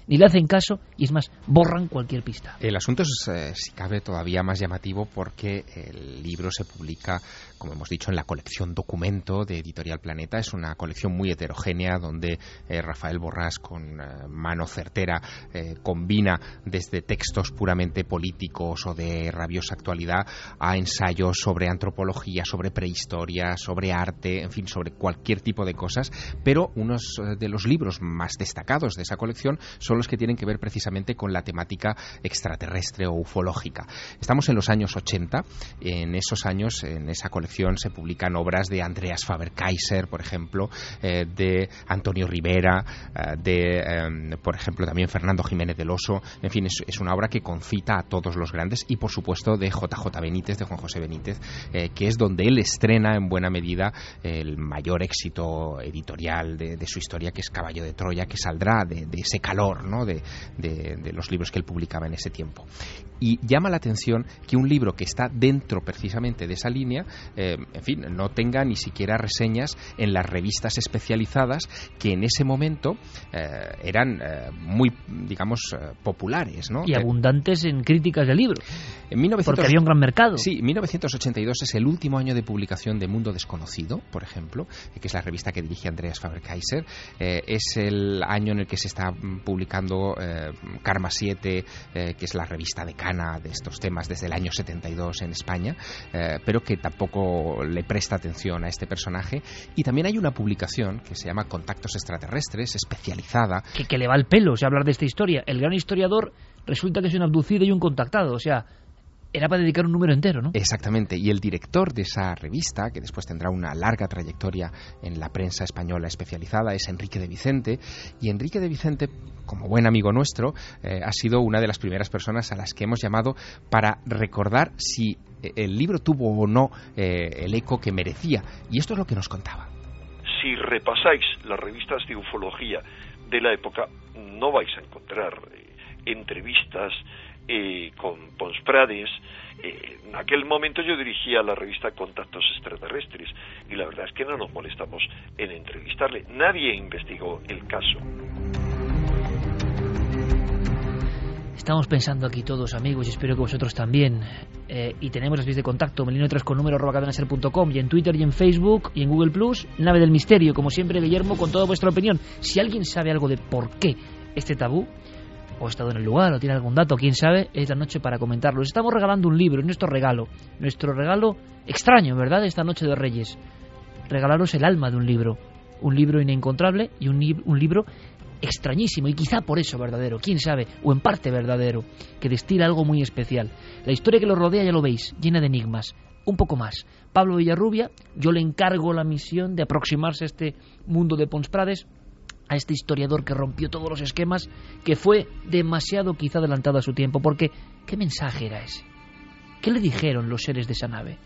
ni le hacen caso y es más, borran cualquier pista. El asunto es, eh, si cabe, todavía más llamativo porque el libro se publica, como hemos dicho, en la colección Documento de Editorial Planeta. Es una colección muy heterogénea donde eh, Rafael Borràs, con eh, mano certera, eh, combina desde textos puramente políticos o de rabiosa actualidad a ensayos sobre antropología, sobre prehistoria, sobre arte, en fin, sobre cualquier tipo de cosas, pero unos eh, de los libros más destacados de esa colección son los que tienen que ver precisamente con la temática extraterrestre o ufológica. Estamos en los años ochenta, en esos años, en esa colección se publican obras de Andreas Faber-Kaiser, por ejemplo, eh, de Antonio Rivera, eh, de, eh, por ejemplo, también Fernando Jiménez del Oso. En fin, es, es una obra que concita a todos los grandes y, por supuesto, de J J Benítez, de Juan José Benítez, eh, que es donde él estrena en buena medida el mayor éxito editorial de, de su historia, que es Caballo de Troya, que saldrá de, de ese calor, ¿no?, de, de, de los libros que él publicaba en ese tiempo. Y llama la atención que un libro que está dentro precisamente de esa línea, eh, en fin, no tenga ni siquiera reseñas en las revistas especializadas que en ese momento eh, eran eh, muy, digamos, eh, populares, ¿no? Y abundantes en críticas del libro. En mil novecientos... Porque había un gran mercado. Sí, mil novecientos ochenta y dos es el último año de publicación de Mundo Desconocido, por ejemplo, que es la revista que dirige Andreas Faber-Kaiser. Eh, es el año en el que se está publicando eh, Karma siete, eh, que es la revista decana de estos temas desde el año setenta y dos en España, eh, pero que tampoco le presta atención a este personaje. Y también hay una publicación que se llama Contactos Extraterrestres, especializada. Que, que le va el pelo, o sea, hablar de esta historia. El gran historiador resulta que es un abducido y un contactado, o sea, era para dedicar un número entero, ¿no? Exactamente, y el director de esa revista, que después tendrá una larga trayectoria en la prensa española especializada, es Enrique de Vicente, y Enrique de Vicente, como buen amigo nuestro, eh, ha sido una de las primeras personas a las que hemos llamado para recordar si el libro tuvo o no eh, el eco que merecía, y esto es lo que nos contaba. Si repasáis las revistas de ufología de la época, no vais a encontrar eh, entrevistas Eh, con Pons Prades. Eh, en aquel momento yo dirigía la revista Contactos Extraterrestres y la verdad es que no nos molestamos en entrevistarle. Nadie investigó el caso. Estamos pensando aquí todos, amigos, y espero que vosotros también. Eh, y tenemos las vías de contacto, melino tres con número arroba cadenaser punto com, y en Twitter y en Facebook y en Google Plus, Nave del Misterio, como siempre, Guillermo, con toda vuestra opinión. Si alguien sabe algo de por qué este tabú, o ha estado en el lugar, o tiene algún dato, quién sabe, es la noche para comentarlo. Les estamos regalando un libro, es nuestro regalo, nuestro regalo extraño, ¿verdad?, esta noche de Reyes. Regalaros el alma de un libro, un libro inencontrable y un, li- un libro extrañísimo, y quizá por eso verdadero, quién sabe, o en parte verdadero, que destila algo muy especial. La historia que lo rodea, ya lo veis, llena de enigmas. Un poco más. Pablo Villarrubia, yo le encargo la misión de aproximarse a este mundo de Pons Prades, a este historiador que rompió todos los esquemas, que fue demasiado quizá adelantado a su tiempo, porque ¿qué mensaje era ese? ¿Qué le dijeron los seres de esa nave?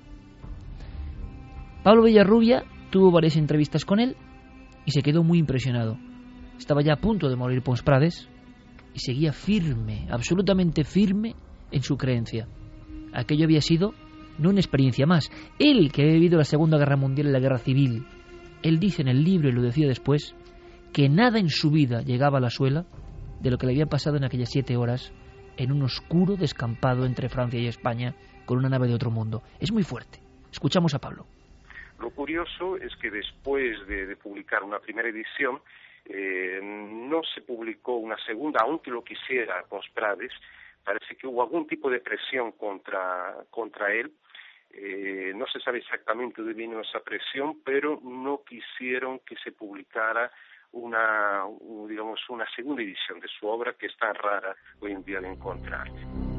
Pablo Villarrubia tuvo varias entrevistas con él y se quedó muy impresionado. Estaba ya a punto de morir Pons Prades y seguía firme, absolutamente firme en su creencia. Aquello había sido no una experiencia más. Él, que había vivido la Segunda Guerra Mundial y la Guerra Civil, él dice en el libro, y lo decía después, que nada en su vida llegaba a la suela de lo que le había pasado en aquellas siete horas en un oscuro descampado entre Francia y España con una nave de otro mundo. Es muy fuerte. Escuchamos a Pablo. Lo curioso es que después de, de publicar una primera edición, eh, no se publicó una segunda, aunque lo quisiera Pons Prades. Parece que hubo algún tipo de presión contra, contra él. Eh, no se sabe exactamente de dónde vino esa presión, pero no quisieron que se publicara una, digamos, una segunda edición de su obra, que es tan rara hoy en día de encontrar.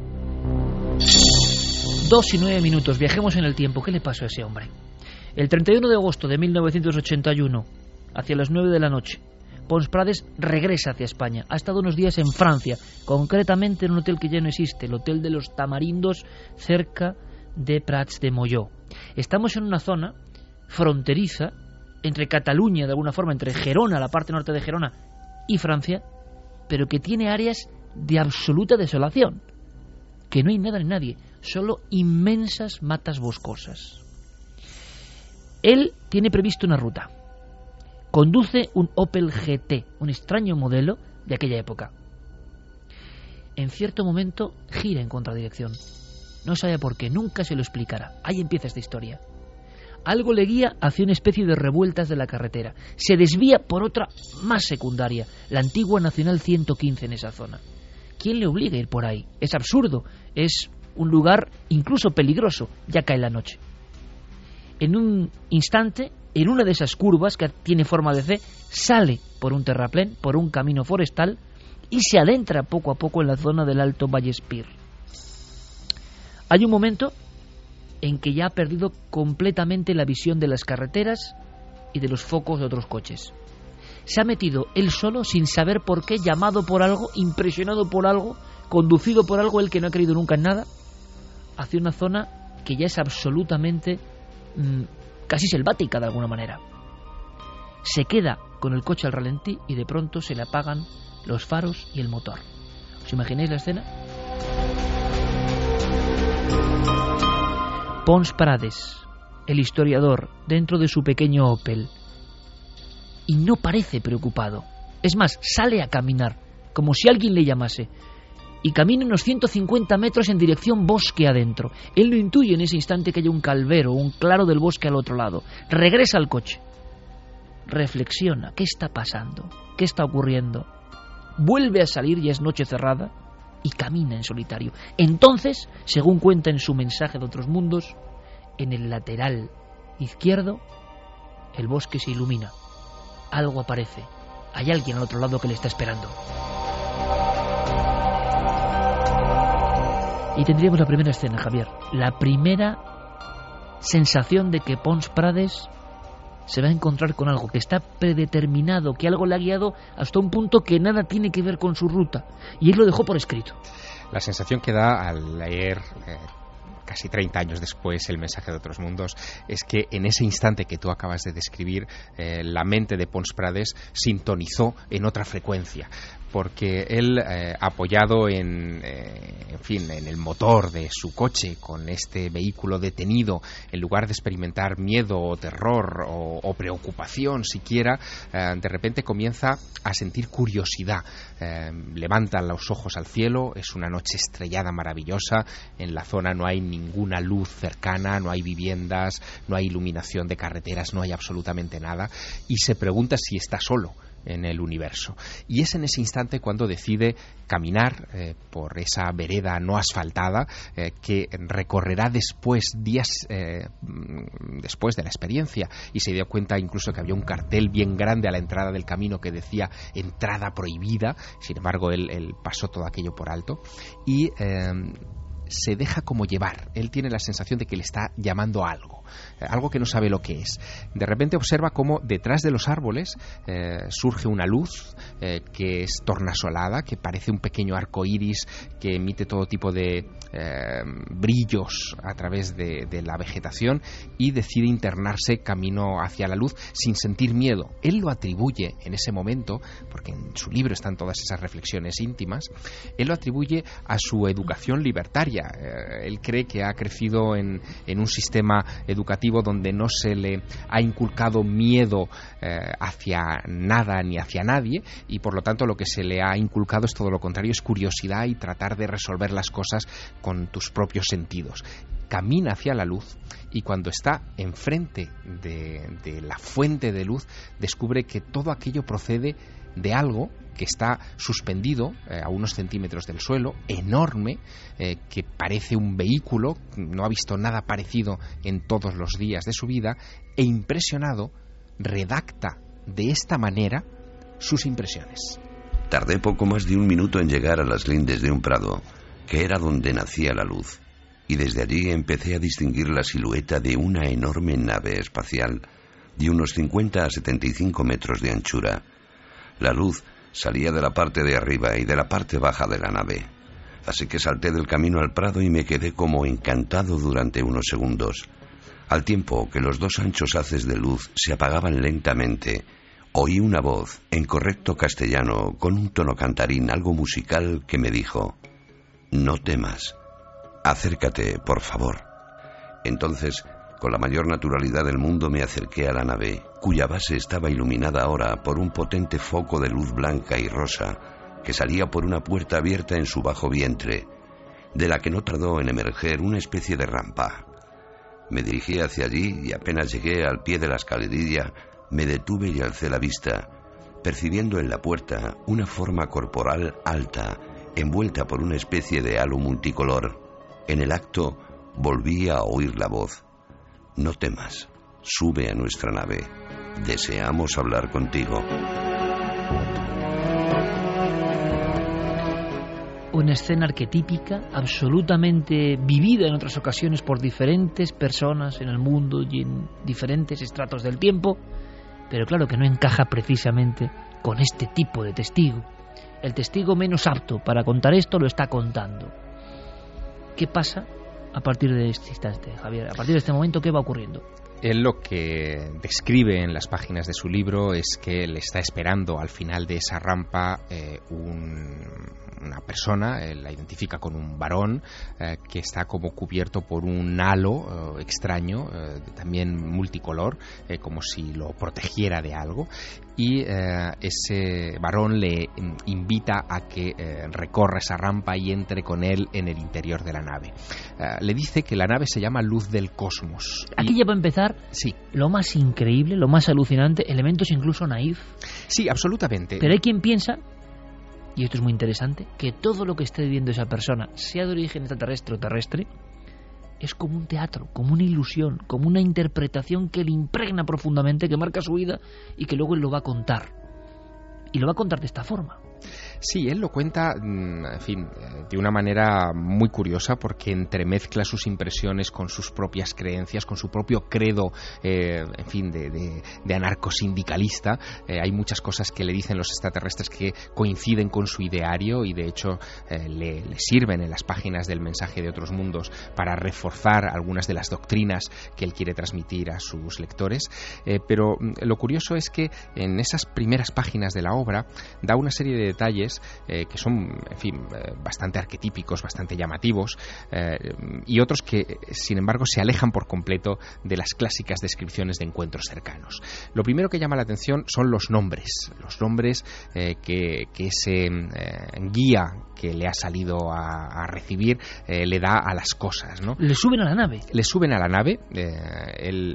Dos y nueve minutos, viajemos en el tiempo. ¿Qué le pasó a ese hombre? El treinta y uno de agosto de mil novecientos ochenta y uno, hacia las nueve de la noche, Pons Prades regresa hacia España. Ha estado unos días en Francia, concretamente en un hotel que ya no existe, el Hotel de los Tamarindos, cerca de Prats de Molló. Estamos en una zona fronteriza entre Cataluña, de alguna forma, entre Gerona, la parte norte de Gerona, y Francia, pero que tiene áreas de absoluta desolación, que no hay nada ni nadie, solo inmensas matas boscosas. Él tiene previsto una ruta. Conduce un Opel G T, un extraño modelo de aquella época. en cierto momento gira en contradirección. No sabe por qué, nunca se lo explicará. Ahí empieza esta historia. Algo le guía hacia una especie de revueltas de la carretera. Se desvía por otra más secundaria, la antigua Nacional ciento quince en esa zona. ¿Quién le obliga a ir por ahí? Es absurdo, es un lugar incluso peligroso, ya cae la noche. En un instante, en una de esas curvas que tiene forma de C, sale por un terraplén, por un camino forestal, y se adentra poco a poco en la zona del Alto Vallespir. Hay un momento en que ya ha perdido completamente la visión de las carreteras y de los focos de otros coches. Se ha metido él solo, sin saber por qué, llamado por algo, impresionado por algo, conducido por algo, él que no ha creído nunca en nada, hacia una zona que ya es absolutamente mmm, casi selvática de alguna manera. Se queda con el coche al ralentí y de pronto se le apagan los faros y el motor. ¿Os imagináis la escena? Pons Prades, el historiador, dentro de su pequeño Opel, y no parece preocupado. Es más, sale a caminar, como si alguien le llamase, y camina unos ciento cincuenta metros en dirección bosque adentro. Él no intuye en ese instante que hay un calvero, un claro del bosque al otro lado. Regresa al coche. Reflexiona, ¿qué está pasando? ¿Qué está ocurriendo? Vuelve a salir, ya es noche cerrada, y camina en solitario. Entonces, según cuenta en su mensaje de otros mundos, en el lateral izquierdo, el bosque se ilumina. Algo aparece. Hay alguien al otro lado que le está esperando. Y tendríamos la primera escena, Javier. La primera sensación de que Pons Prades se va a encontrar con algo que está predeterminado, que algo le ha guiado hasta un punto que nada tiene que ver con su ruta. Y él lo dejó por escrito. La sensación que da al leer eh, casi treinta años después el mensaje de otros mundos es que en ese instante que tú acabas de describir, eh, la mente de Pons Prades sintonizó en otra frecuencia. Porque él, eh, apoyado en, eh, en fin, en el motor de su coche, con este vehículo detenido, en lugar de experimentar miedo o terror o, o preocupación siquiera, eh, de repente comienza a sentir curiosidad. Eh, levanta los ojos al cielo, es una noche estrellada maravillosa, en la zona no hay ninguna luz cercana, no hay viviendas, no hay iluminación de carreteras, no hay absolutamente nada, y se pregunta si está solo en el universo. Y es en ese instante cuando decide caminar eh, por esa vereda no asfaltada eh, que recorrerá después, días eh, después de la experiencia, y se dio cuenta incluso que había un cartel bien grande a la entrada del camino que decía entrada prohibida. Sin embargo, él, él pasó todo aquello por alto y eh, se deja como llevar. Él tiene la sensación de que le está llamando a algo, algo que no sabe lo que es. De repente observa cómo detrás de los árboles eh, surge una luz eh, que es tornasolada, que parece un pequeño arco iris que emite todo tipo de eh, brillos a través de, de la vegetación, y decide internarse camino hacia la luz sin sentir miedo. Él lo atribuye en ese momento, porque en su libro están todas esas reflexiones íntimas, él lo atribuye a su educación libertaria. Eh, él cree que ha crecido en, en un sistema educativo donde no se le ha inculcado miedo eh, hacia nada ni hacia nadie, y por lo tanto lo que se le ha inculcado es todo lo contrario, es curiosidad y tratar de resolver las cosas con tus propios sentidos. Camina hacia la luz y cuando está enfrente de, de la fuente de luz descubre que todo aquello procede de algo que está suspendido eh, a unos centímetros del suelo, enorme, eh, que parece un vehículo, no ha visto nada parecido en todos los días de su vida, e impresionado redacta de esta manera sus impresiones. Tardé poco más de un minuto en llegar a las lindes de un prado, que era donde nacía la luz, y desde allí empecé a distinguir la silueta de una enorme nave espacial de unos cincuenta a setenta y cinco metros de anchura. La luz salía de la parte de arriba y de la parte baja de la nave, así que salté del camino al prado y me quedé como encantado durante unos segundos. Al tiempo que los dos anchos haces de luz se apagaban lentamente, oí una voz en correcto castellano con un tono cantarín algo musical que me dijo: «No temas, acércate, por favor». Entonces, con la mayor naturalidad del mundo me acerqué a la nave, cuya base estaba iluminada ahora por un potente foco de luz blanca y rosa que salía por una puerta abierta en su bajo vientre, de la que no tardó en emerger una especie de rampa. Me dirigí hacia allí y apenas llegué al pie de la escalerilla, me detuve y alcé la vista, percibiendo en la puerta una forma corporal alta, envuelta por una especie de halo multicolor. En el acto volví a oír la voz. No temas, sube a nuestra nave. Deseamos hablar contigo. Una escena arquetípica, absolutamente vivida en otras ocasiones por diferentes personas en el mundo y en diferentes estratos del tiempo, pero claro que no encaja precisamente con este tipo de testigo. El testigo menos apto para contar esto lo está contando. ¿Qué pasa a partir de este instante, Javier? A partir de este momento, ¿qué va ocurriendo? Él lo que describe en las páginas de su libro es que le está esperando al final de esa rampa eh, un, una persona, él la identifica con un varón eh, que está como cubierto por un halo eh, extraño, eh, también multicolor, eh, como si lo protegiera de algo, y eh, ese varón le invita a que eh, recorra esa rampa y entre con él en el interior de la nave. Eh, le dice que la nave se llama Luz del Cosmos. Aquí y... ya va a empezar sí. lo más increíble, lo más alucinante, elementos incluso naif. Sí, absolutamente. Pero hay quien piensa, y esto es muy interesante, que todo lo que esté viviendo esa persona, sea de origen extraterrestre o terrestre, es como un teatro, como una ilusión, como una interpretación que le impregna profundamente, que marca su vida y que luego él lo va a contar. Y lo va a contar de esta forma. Sí, él lo cuenta, en fin, de una manera muy curiosa porque entremezcla sus impresiones con sus propias creencias, con su propio credo, eh, en fin, de, de, de anarcosindicalista. Eh, hay muchas cosas que le dicen los extraterrestres que coinciden con su ideario y de hecho eh, le, le sirven en las páginas del Mensaje de Otros Mundos para reforzar algunas de las doctrinas que él quiere transmitir a sus lectores. Eh, pero lo curioso es que en esas primeras páginas de la obra da una serie de detalles Eh, que son, en fin, eh, bastante arquetípicos, bastante llamativos, eh, y otros que, sin embargo, se alejan por completo de las clásicas descripciones de encuentros cercanos. Lo primero que llama la atención son los nombres, los nombres eh, que, que ese eh, guía que le ha salido a, a recibir eh, le da a las cosas, ¿no? Le suben a la nave. Le suben a la nave, eh, él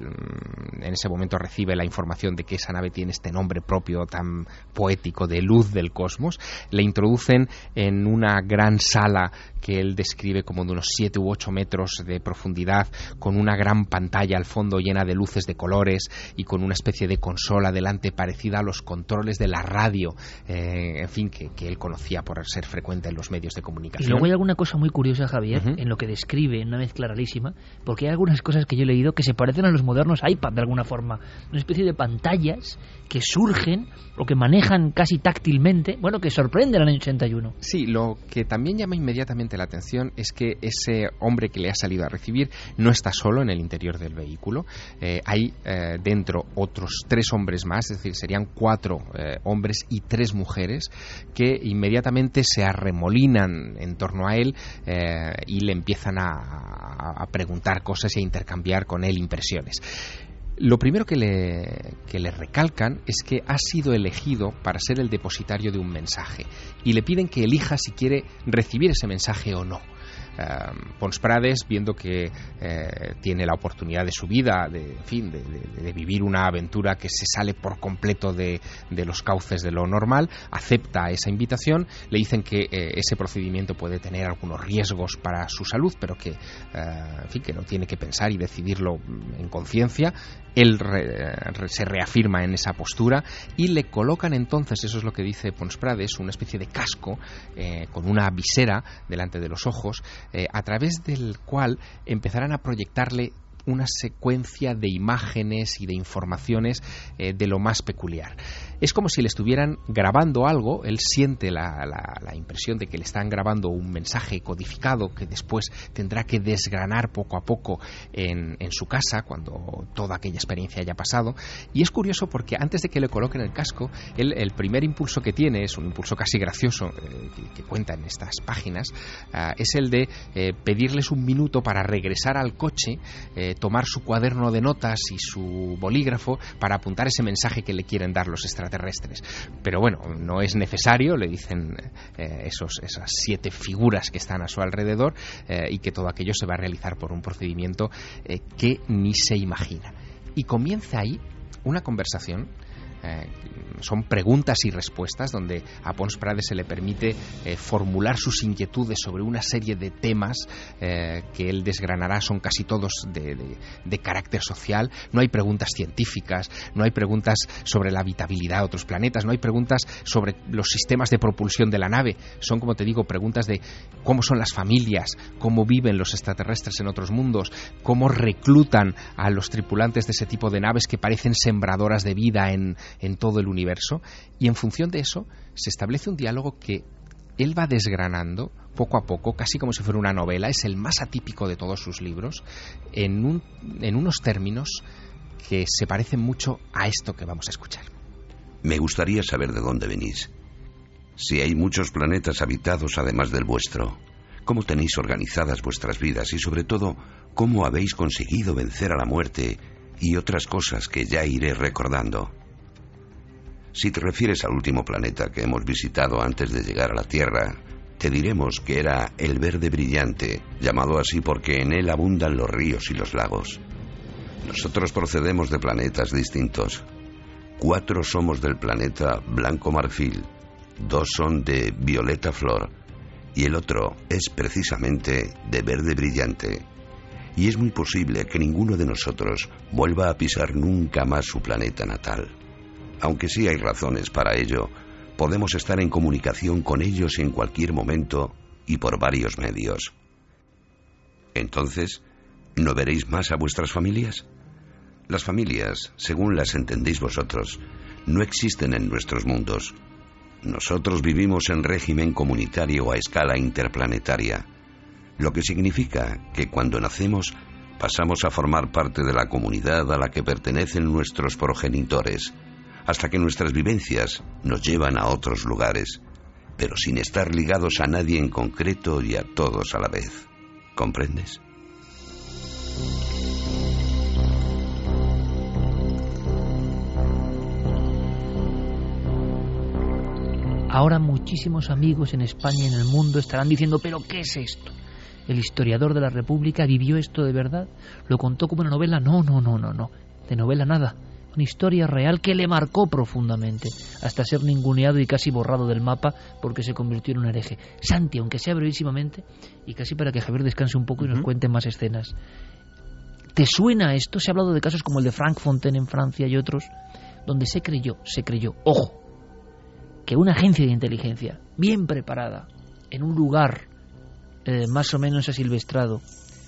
en ese momento recibe la información de que esa nave tiene este nombre propio tan poético de Luz del Cosmos. Le introducen en una gran sala que él describe como de unos siete u ocho metros de profundidad, con una gran pantalla al fondo llena de luces de colores y con una especie de consola delante parecida a los controles de la radio, eh, en fin, que, que él conocía por ser frecuente en los medios de comunicación. Y luego hay alguna cosa muy curiosa, Javier, uh-huh. en lo que describe, en una mezcla rarísima, porque hay algunas cosas que yo he leído que se parecen a los modernos iPad de alguna forma, una especie de pantallas que surgen o que manejan casi táctilmente, bueno, que sorprende el año ochenta y uno. Sí, lo que también llama inmediatamente la atención es que ese hombre que le ha salido a recibir no está solo en el interior del vehículo. Eh, hay eh, dentro otros tres hombres más, es decir, serían cuatro eh, hombres y tres mujeres que inmediatamente se arremolinan en torno a él eh, y le empiezan a, a, a preguntar cosas y a intercambiar con él impresiones. Lo primero que le, que le recalcan es que ha sido elegido para ser el depositario de un mensaje y le piden que elija si quiere recibir ese mensaje o no. Uh, Pons Prades, viendo que eh, tiene la oportunidad de su vida, de, en fin, de, de, de vivir una aventura que se sale por completo de, de los cauces de lo normal, acepta esa invitación. Le dicen que eh, ese procedimiento puede tener algunos riesgos para su salud, pero que, uh, en fin, que no tiene que pensar y decidirlo en conciencia. Él re, re, se reafirma en esa postura y le colocan entonces, eso es lo que dice Pons Prades, una especie de casco eh, con una visera delante de los ojos, eh, a través del cual empezarán a proyectarle una secuencia de imágenes y de informaciones eh, de lo más peculiar. Es como si le estuvieran grabando algo, él siente la, la, la impresión de que le están grabando un mensaje codificado que después tendrá que desgranar poco a poco en, en su casa cuando toda aquella experiencia haya pasado. Y es curioso porque antes de que le coloquen el casco, él, el primer impulso que tiene, es un impulso casi gracioso eh, que, que cuenta en estas páginas, uh, es el de eh, pedirles un minuto para regresar al coche, eh, eh, tomar su cuaderno de notas y su bolígrafo para apuntar ese mensaje que le quieren dar los extraterrestres. Pero bueno, no es necesario, le dicen eh, esos, esas siete figuras que están a su alrededor, eh, y que todo aquello se va a realizar por un procedimiento eh, que ni se imagina. Y comienza ahí una conversación. Eh, son preguntas y respuestas donde a Pons Prades se le permite eh, formular sus inquietudes sobre una serie de temas eh, que él desgranará. Son casi todos de, de, de carácter social. No hay preguntas científicas, no hay preguntas sobre la habitabilidad de otros planetas, no hay preguntas sobre los sistemas de propulsión de la nave. Son, como te digo, preguntas de cómo son las familias, cómo viven los extraterrestres en otros mundos, cómo reclutan a los tripulantes de ese tipo de naves que parecen sembradoras de vida en en todo el universo, y en función de eso se establece un diálogo que él va desgranando poco a poco, casi como si fuera una novela. Es el más atípico de todos sus libros, en, un, en unos términos que se parecen mucho a esto que vamos a escuchar. Me gustaría saber de dónde venís. Si hay muchos planetas habitados además del vuestro, ¿cómo tenéis organizadas vuestras vidas? Y sobre todo, ¿cómo habéis conseguido vencer a la muerte y otras cosas que ya iré recordando? Si te refieres al último planeta que hemos visitado antes de llegar a la Tierra, te diremos que era el Verde Brillante, llamado así porque en él abundan los ríos y los lagos. Nosotros procedemos de planetas distintos. Cuatro somos del planeta Blanco Marfil, dos son de Violeta Flor, y el otro es precisamente de Verde Brillante. Y es muy posible que ninguno de nosotros vuelva a pisar nunca más su planeta natal. Aunque sí hay razones para ello, podemos estar en comunicación con ellos en cualquier momento y por varios medios. Entonces, ¿no veréis más a vuestras familias? Las familias, según las entendéis vosotros, no existen en nuestros mundos. Nosotros vivimos en régimen comunitario a escala interplanetaria, lo que significa que cuando nacemos pasamos a formar parte de la comunidad a la que pertenecen nuestros progenitores, hasta que nuestras vivencias nos llevan a otros lugares, pero sin estar ligados a nadie en concreto y a todos a la vez. ¿Comprendes? Ahora muchísimos amigos en España y en el mundo estarán diciendo, ¿pero qué es esto? ¿El historiador de la República vivió esto de verdad? ¿Lo contó como una novela? No, no, no, no, no. De novela nada. Una historia real que le marcó profundamente, hasta ser ninguneado y casi borrado del mapa porque se convirtió en un hereje. Santi, aunque sea brevísimamente, y casi para que Javier descanse un poco y nos uh-huh. cuente más escenas. ¿Te suena esto? Se ha hablado de casos como el de Frank Fontaine en Francia y otros, donde se creyó, se creyó, ojo, que una agencia de inteligencia bien preparada, en un lugar eh, más o menos asilvestrado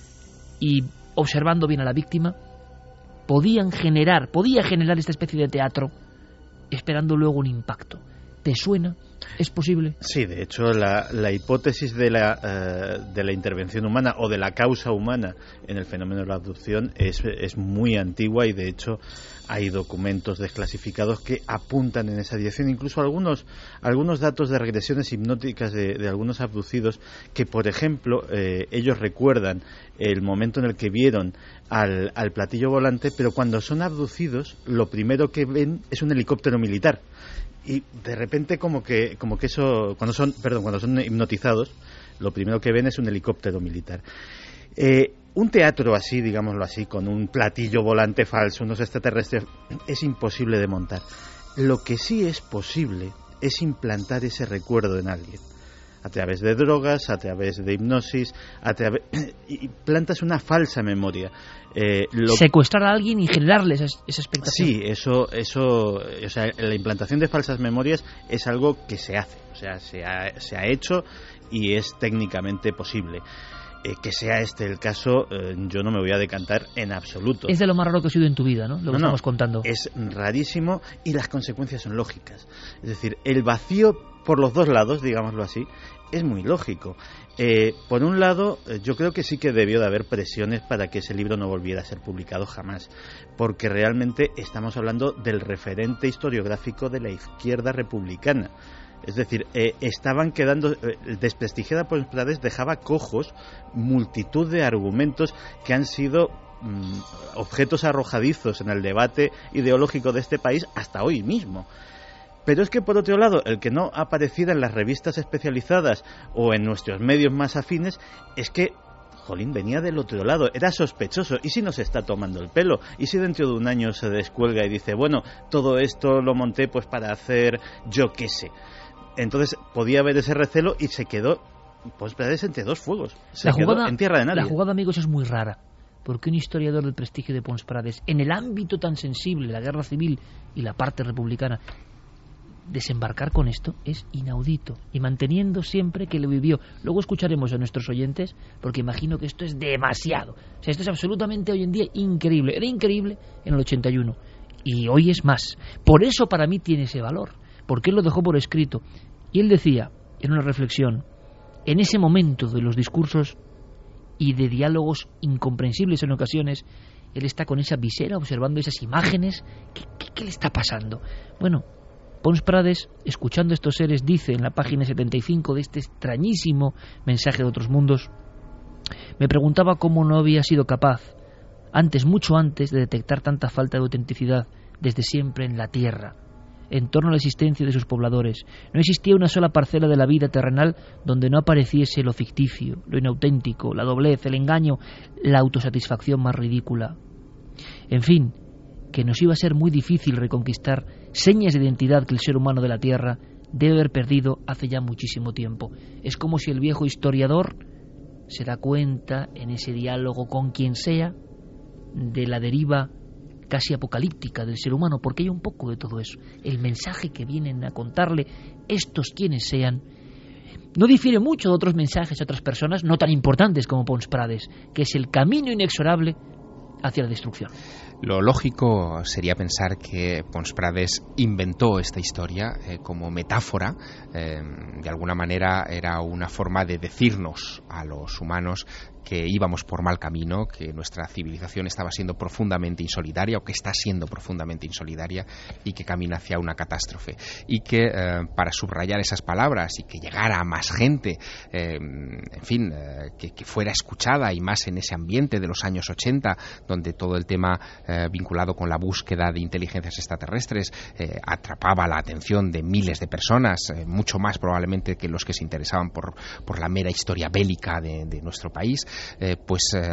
y observando bien a la víctima, podían generar, podía generar esta especie de teatro esperando luego un impacto. ¿Te suena? ¿Es posible? Sí, de hecho la, la hipótesis de la, uh, de la intervención humana o de la causa humana en el fenómeno de la abducción es, es muy antigua, y de hecho hay documentos desclasificados que apuntan en esa dirección, incluso algunos, algunos datos de regresiones hipnóticas de, de algunos abducidos que, por ejemplo, eh, ellos recuerdan el momento en el que vieron al, al platillo volante, pero cuando son abducidos lo primero que ven es un helicóptero militar. Y de repente como que como que eso cuando son perdón cuando son hipnotizados lo primero que ven es un helicóptero militar. Eh, un teatro así, digámoslo así, con un platillo volante falso, unos extraterrestres, es imposible de montar. Lo que sí es posible es implantar ese recuerdo en alguien, a través de drogas, a través de hipnosis, a través y plantas una falsa memoria. Eh, lo... Secuestrar a alguien y generarle esa, esa expectación. Sí, eso, eso, o sea, la implantación de falsas memorias es algo que se hace, o sea, se ha, se ha hecho y es técnicamente posible. Eh, que sea este el caso, eh, yo no me voy a decantar en absoluto. Es de lo más raro que has oído en tu vida, ¿no? Lo que no, estamos no, contando. Es rarísimo y las consecuencias son lógicas. Es decir, el vacío por los dos lados, digámoslo así, es muy lógico. Eh, por un lado, yo creo que sí que debió de haber presiones para que ese libro no volviera a ser publicado jamás, porque realmente estamos hablando del referente historiográfico de la izquierda republicana. Es decir, eh, estaban quedando eh, desprestigiada Pons Prades, dejaba cojos multitud de argumentos que han sido mm, objetos arrojadizos en el debate ideológico de este país hasta hoy mismo. Pero es que, por otro lado, el que no apareciera en las revistas especializadas o en nuestros medios más afines es que, jolín, venía del otro lado, era sospechoso. ¿Y si nos está tomando el pelo? ¿Y si dentro de un año se descuelga y dice, bueno, todo esto lo monté pues para hacer yo qué sé? Entonces podía haber ese recelo y se quedó, pues, entre dos fuegos. Se la quedó jugada, en tierra de nadie. La jugada, amigos, es muy rara, porque un historiador del prestigio de Pons Prades, en el ámbito tan sensible, la guerra civil y la parte republicana, desembarcar con esto es inaudito, y manteniendo siempre que lo vivió. Luego escucharemos a nuestros oyentes, porque imagino que esto es demasiado. O sea, esto es absolutamente hoy en día increíble. Era increíble en el ochenta y uno y hoy es más. Por eso para mí tiene ese valor, porque él lo dejó por escrito. Y él decía, en una reflexión, en ese momento de los discursos y de diálogos incomprensibles en ocasiones, él está con esa visera observando esas imágenes. ¿Qué, qué, qué le está pasando? Bueno, Pons Prades, escuchando estos seres, dice en la página setenta y cinco de este extrañísimo mensaje de otros mundos: me preguntaba cómo no había sido capaz, antes, mucho antes, de detectar tanta falta de autenticidad desde siempre en la tierra, en torno a la existencia de sus pobladores. No existía una sola parcela de la vida terrenal donde no apareciese lo ficticio, lo inauténtico, la doblez, el engaño, la autosatisfacción más ridícula. En fin, que nos iba a ser muy difícil reconquistar señas de identidad que el ser humano de la Tierra debe haber perdido hace ya muchísimo tiempo. Es como si el viejo historiador se da cuenta en ese diálogo con quien sea de la deriva casi apocalíptica del ser humano, porque hay un poco de todo eso. El mensaje que vienen a contarle estos quienes sean no difiere mucho de otros mensajes de otras personas no tan importantes como Pons Prades, que es el camino inexorable hacia la destrucción. Lo lógico sería pensar que Pons Prades inventó esta historia eh, como metáfora. Eh, de alguna manera era una forma de decirnos a los humanos que íbamos por mal camino, que nuestra civilización estaba siendo profundamente insolidaria, o que está siendo profundamente insolidaria, y que camina hacia una catástrofe. Y que eh, para subrayar esas palabras y que llegara a más gente, eh, en fin, eh, que, que fuera escuchada, y más en ese ambiente de los años ochenta, donde todo el tema eh, vinculado con la búsqueda de inteligencias extraterrestres eh, atrapaba la atención de miles de personas, eh, mucho más probablemente que los que se interesaban por, por la mera historia bélica de, de nuestro país. Eh, pues eh,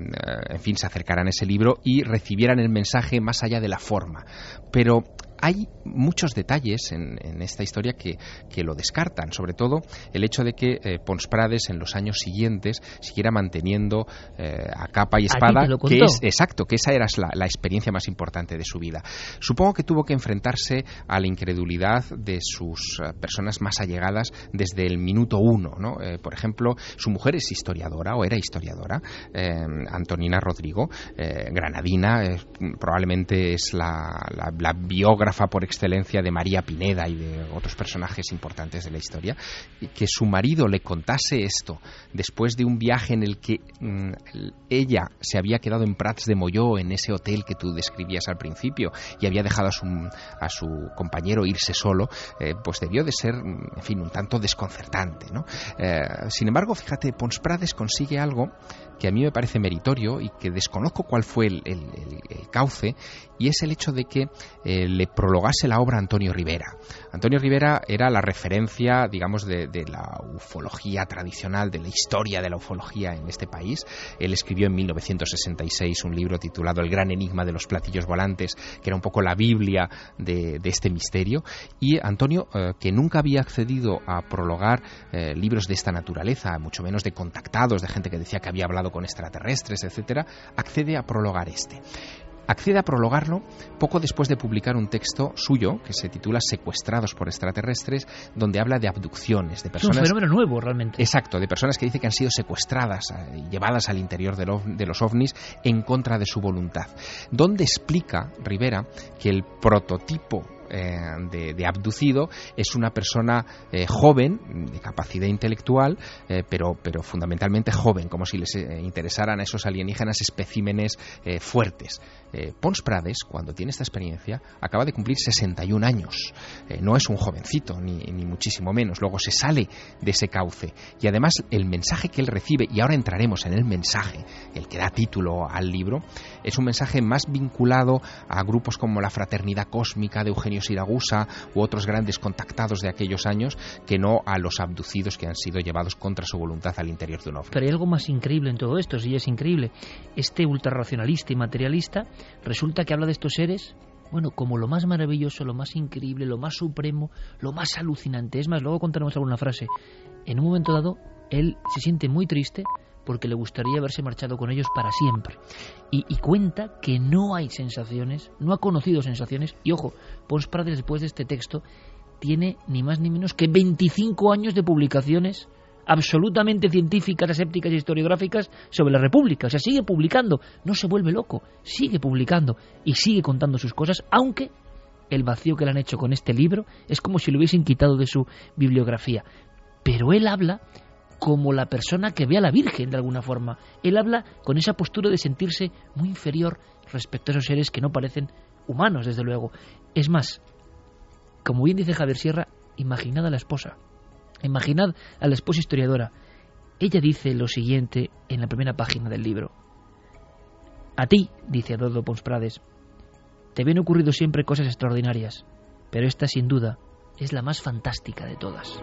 en fin, se acercarán a ese libro y recibieran el mensaje más allá de la forma. Pero hay muchos detalles en, en esta historia que, que lo descartan, sobre todo el hecho de que eh, Pons Prades en los años siguientes siguiera manteniendo eh, a capa y espada, que es exacto, que esa era la, la experiencia más importante de su vida. Supongo que tuvo que enfrentarse a la incredulidad de sus uh, personas más allegadas desde el minuto uno, ¿no? Eh, por ejemplo, su mujer es historiadora, o era historiadora, eh, Antonina Rodrigo, eh, granadina, eh, probablemente es la, la, la biógrafa por excelencia de María Pineda y de otros personajes importantes de la historia. Y que su marido le contase esto después de un viaje en el que mmm, ella se había quedado en Prats de Molló, en ese hotel que tú describías al principio, y había dejado a su, a su compañero irse solo, eh, pues debió de ser, en fin, un tanto desconcertante, ¿no? Eh, sin embargo, fíjate, Pons Prades consigue algo que a mí me parece meritorio y que desconozco cuál fue el, el, el, el cauce, y es el hecho de que eh, le prologase la obra a Antonio Rivera. Antonio Rivera era la referencia, digamos, de, de la ufología tradicional, de la historia de la ufología en este país. Él escribió en mil novecientos sesenta y seis un libro titulado El gran enigma de los platillos volantes, que era un poco la Biblia de, de este misterio. Y Antonio, eh, que nunca había accedido a prologar eh, libros de esta naturaleza, mucho menos de contactados, de gente que decía que había hablado con extraterrestres, etcétera, accede a prologar este. Accede a prologarlo poco después de publicar un texto suyo que se titula Secuestrados por extraterrestres, donde habla de abducciones, de personas... Es un fenómeno nuevo, realmente. Exacto, de personas que dice que han sido secuestradas y llevadas al interior de, lo, de los ovnis en contra de su voluntad. Donde explica Rivera que el prototipo eh, de, de abducido es una persona eh, joven, de capacidad intelectual, eh, pero, pero fundamentalmente joven, como si les eh, interesaran a esos alienígenas especímenes eh, fuertes. Eh, Pons Prades, cuando tiene esta experiencia, acaba de cumplir sesenta y un años. Eh, no es un jovencito, ni, ni muchísimo menos. Luego se sale de ese cauce. Y además el mensaje que él recibe, y ahora entraremos en el mensaje, el que da título al libro, es un mensaje más vinculado a grupos como la Fraternidad Cósmica de Eugenio Siragusa u otros grandes contactados de aquellos años, que no a los abducidos que han sido llevados contra su voluntad al interior de un ovni. Pero hay algo más increíble en todo esto, sí es increíble. Este ultrarracionalista y materialista resulta que habla de estos seres, bueno, como lo más maravilloso, lo más increíble, lo más supremo, lo más alucinante. Es más, luego contaremos alguna frase. En un momento dado, él se siente muy triste porque le gustaría haberse marchado con ellos para siempre. Y, y cuenta que no hay sensaciones, no ha conocido sensaciones. Y ojo, Pons Prades, después de este texto, tiene ni más ni menos que veinticinco años de publicaciones absolutamente científicas, asépticas e historiográficas sobre la República. O sea, sigue publicando, no se vuelve loco, sigue publicando y sigue contando sus cosas, aunque el vacío que le han hecho con este libro es como si lo hubiesen quitado de su bibliografía. Pero él habla como la persona que ve a la Virgen, de alguna forma. Él habla con esa postura de sentirse muy inferior respecto a esos seres que no parecen humanos, desde luego. Es más, como bien dice Javier Sierra, imaginad a la esposa. Imaginad a la esposa historiadora. Ella dice lo siguiente en la primera página del libro. A ti, dice Adolfo Pons Prades, te habían ocurrido siempre cosas extraordinarias, pero esta sin duda es la más fantástica de todas.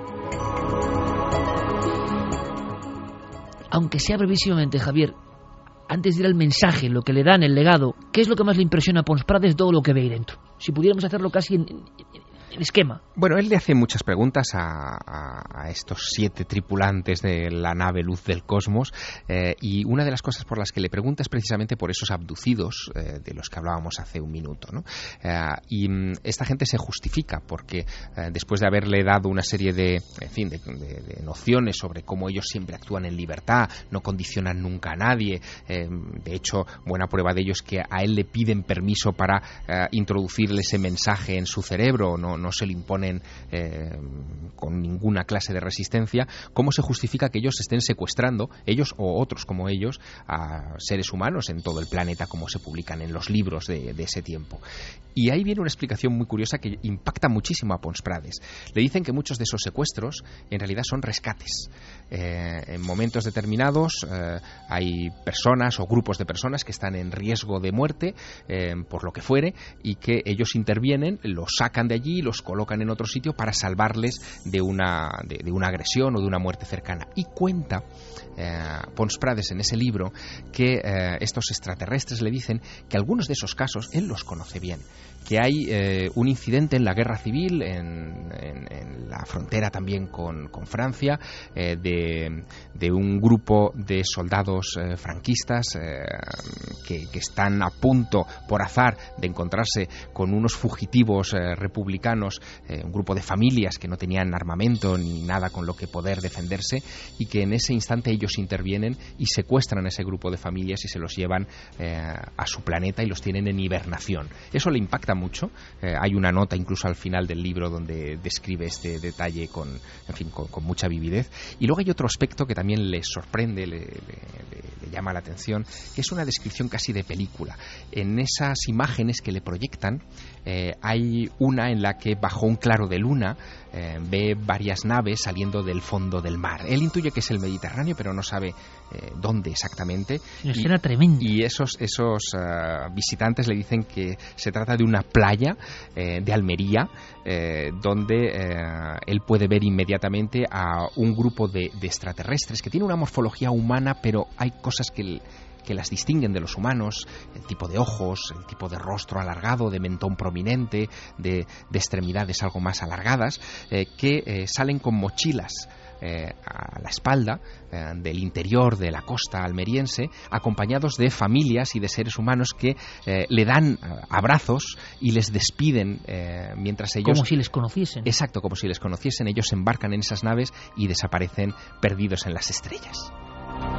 Aunque sea brevísimamente, Javier, antes de ir al mensaje, lo que le dan, el legado, ¿qué es lo que más le impresiona a Pons Prades de todo lo que ve ahí dentro? Si pudiéramos hacerlo casi en, en, en esquema. Bueno, él le hace muchas preguntas a, a, a estos siete tripulantes de la nave Luz del Cosmos, eh, y una de las cosas por las que le pregunta es precisamente por esos abducidos eh, de los que hablábamos hace un minuto, ¿no? Eh, y esta gente se justifica porque eh, después de haberle dado una serie de, en fin, de, de, de nociones sobre cómo ellos siempre actúan en libertad, no condicionan nunca a nadie, eh, de hecho, buena prueba de ello es que a él le piden permiso para eh, introducirle ese mensaje en su cerebro, no no se le imponen eh, con ninguna clase de resistencia. ¿Cómo se justifica que ellos estén secuestrando, ellos o otros como ellos, a seres humanos en todo el planeta, como se publican en los libros de, de ese tiempo? Y ahí viene una explicación muy curiosa que impacta muchísimo a Pons Prades. Le dicen que muchos de esos secuestros en realidad son rescates. Eh, en momentos determinados eh, hay personas o grupos de personas que están en riesgo de muerte eh, por lo que fuere, y que ellos intervienen, los sacan de allí, los colocan en otro sitio para salvarles de una, de, de una agresión o de una muerte cercana. Y cuenta eh, Pons Prades en ese libro que eh, estos extraterrestres le dicen que algunos de esos casos él los conoce bien, que hay eh, un incidente en la guerra civil en, en, en la frontera también con, con Francia, eh, de, de un grupo de soldados eh, franquistas eh, que, que están a punto por azar de encontrarse con unos fugitivos eh, republicanos, eh, un grupo de familias que no tenían armamento ni nada con lo que poder defenderse, y que en ese instante ellos intervienen y secuestran a ese grupo de familias y se los llevan eh, a su planeta y los tienen en hibernación. Eso le impacta mucho. Eh, hay una nota incluso al final del libro donde describe este detalle con, en fin, con, con mucha vividez. Y luego hay otro aspecto que también le sorprende, le, le, le, le llama la atención, que es una descripción casi de película. En esas imágenes que le proyectan eh, hay una en la que bajo un claro de luna eh, ve varias naves saliendo del fondo del mar. Él intuye que es el Mediterráneo, pero no sabe eh, dónde exactamente. Una escena tremenda. Y esos, esos uh, visitantes le dicen que se trata de una playa eh, de Almería, eh, donde eh, él puede ver inmediatamente a un grupo de, de extraterrestres que tiene una morfología humana, pero hay cosas que el, que las distinguen de los humanos, el tipo de ojos, el tipo de rostro alargado, de mentón prominente, de, de extremidades algo más alargadas, eh, que eh, salen con mochilas eh, a la espalda eh, del interior de la costa almeriense, acompañados de familias y de seres humanos que eh, le dan eh, abrazos y les despiden eh, mientras ellos... Como si les conociesen. Exacto, como si les conociesen. Ellos se embarcan en esas naves y desaparecen perdidos en las estrellas.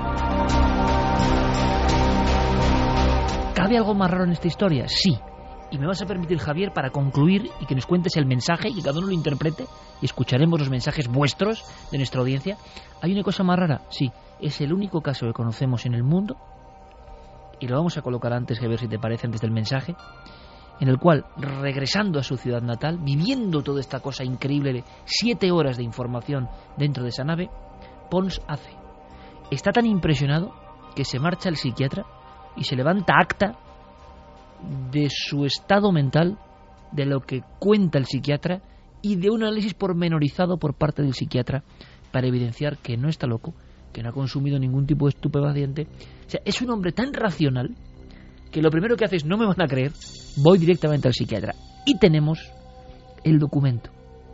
¿Cabe algo más raro en esta historia? Sí. Y me vas a permitir, Javier, para concluir y que nos cuentes el mensaje y que cada uno lo interprete y escucharemos los mensajes vuestros de nuestra audiencia. Hay una cosa más rara, sí, es el único caso que conocemos en el mundo, y lo vamos a colocar antes, Javier, si te parece, antes del mensaje, en el cual, regresando a su ciudad natal, viviendo toda esta cosa increíble de siete horas de información dentro de esa nave, Pons hace. Está tan impresionado que se marcha al psiquiatra y se levanta acta de su estado mental, de lo que cuenta el psiquiatra y de un análisis pormenorizado por parte del psiquiatra para evidenciar que no está loco, que no ha consumido ningún tipo de estupefaciente. O sea, es un hombre tan racional que lo primero que hace es: no me van a creer, voy directamente al psiquiatra. Y tenemos el documento,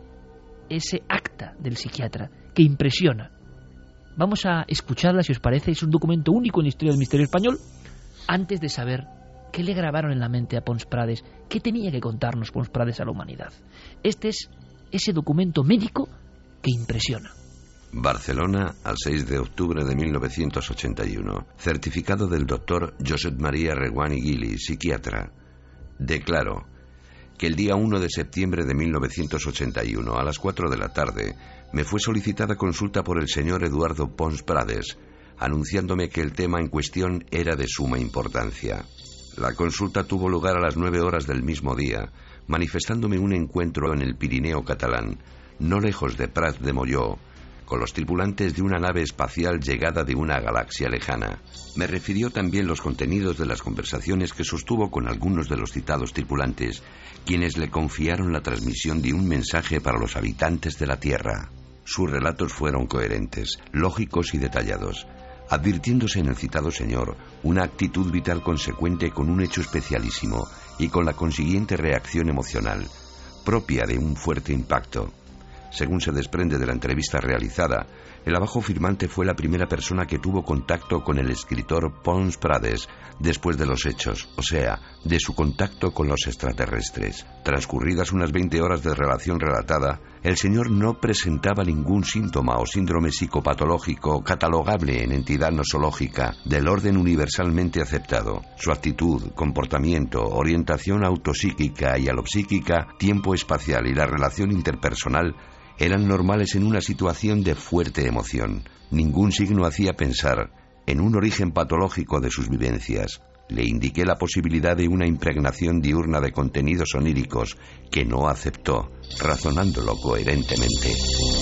ese acta del psiquiatra que impresiona. Vamos a escucharla, si os parece. Es un documento único en la historia del misterio español, antes de saber qué le grabaron en la mente a Pons Prades, qué tenía que contarnos Pons Prades a la humanidad. Este es ese documento médico que impresiona. Barcelona, al seis de octubre de mil novecientos ochenta y uno. Certificado del doctor Josep María Reguant i Gili, psiquiatra. Declaro que el día uno de septiembre de mil novecientos ochenta y uno, a las cuatro de la tarde, me fue solicitada consulta por el señor Eduardo Pons Prades, anunciándome que el tema en cuestión era de suma importancia. La consulta tuvo lugar a las nueve horas del mismo día, manifestándome un encuentro en el Pirineo catalán, no lejos de Prat de Molló, con los tripulantes de una nave espacial llegada de una galaxia lejana. Me refirió también los contenidos de las conversaciones que sostuvo con algunos de los citados tripulantes, quienes le confiaron la transmisión de un mensaje para los habitantes de la Tierra. Sus relatos fueron coherentes, lógicos y detallados, advirtiéndose en el citado señor una actitud vital consecuente con un hecho especialísimo y con la consiguiente reacción emocional, propia de un fuerte impacto. Según se desprende de la entrevista realizada, el abajo firmante fue la primera persona que tuvo contacto con el escritor Pons Prades después de los hechos, o sea, de su contacto con los extraterrestres. Transcurridas unas veinte horas de relación relatada, el señor no presentaba ningún síntoma o síndrome psicopatológico catalogable en entidad nosológica del orden universalmente aceptado. Su actitud, comportamiento, orientación autopsíquica y alopsíquica, tiempo espacial y la relación interpersonal eran normales en una situación de fuerte emoción. Ningún signo hacía pensar en un origen patológico de sus vivencias. Le indiqué la posibilidad de una impregnación diurna de contenidos oníricos que no aceptó, razonándolo coherentemente.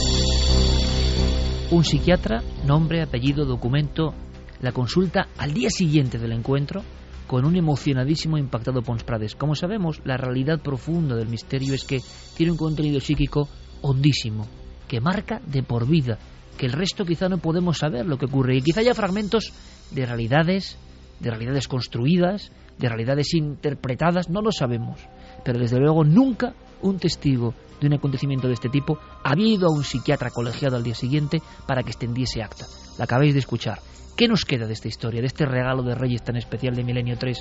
Un psiquiatra, nombre, apellido, documento, la consulta al día siguiente del encuentro con un emocionadísimo e impactado Pons Prades. Como sabemos, la realidad profunda del misterio es que tiene un contenido psíquico hondísimo, que marca de por vida, que el resto quizá no podemos saber lo que ocurre, y quizá haya fragmentos de realidades, de realidades construidas, de realidades interpretadas, no lo sabemos, pero desde luego nunca un testigo de un acontecimiento de este tipo había ido a un psiquiatra colegiado al día siguiente para que extendiese acta. La acabáis de escuchar. ¿Qué nos queda de esta historia, de este regalo de Reyes tan especial de Milenio tres?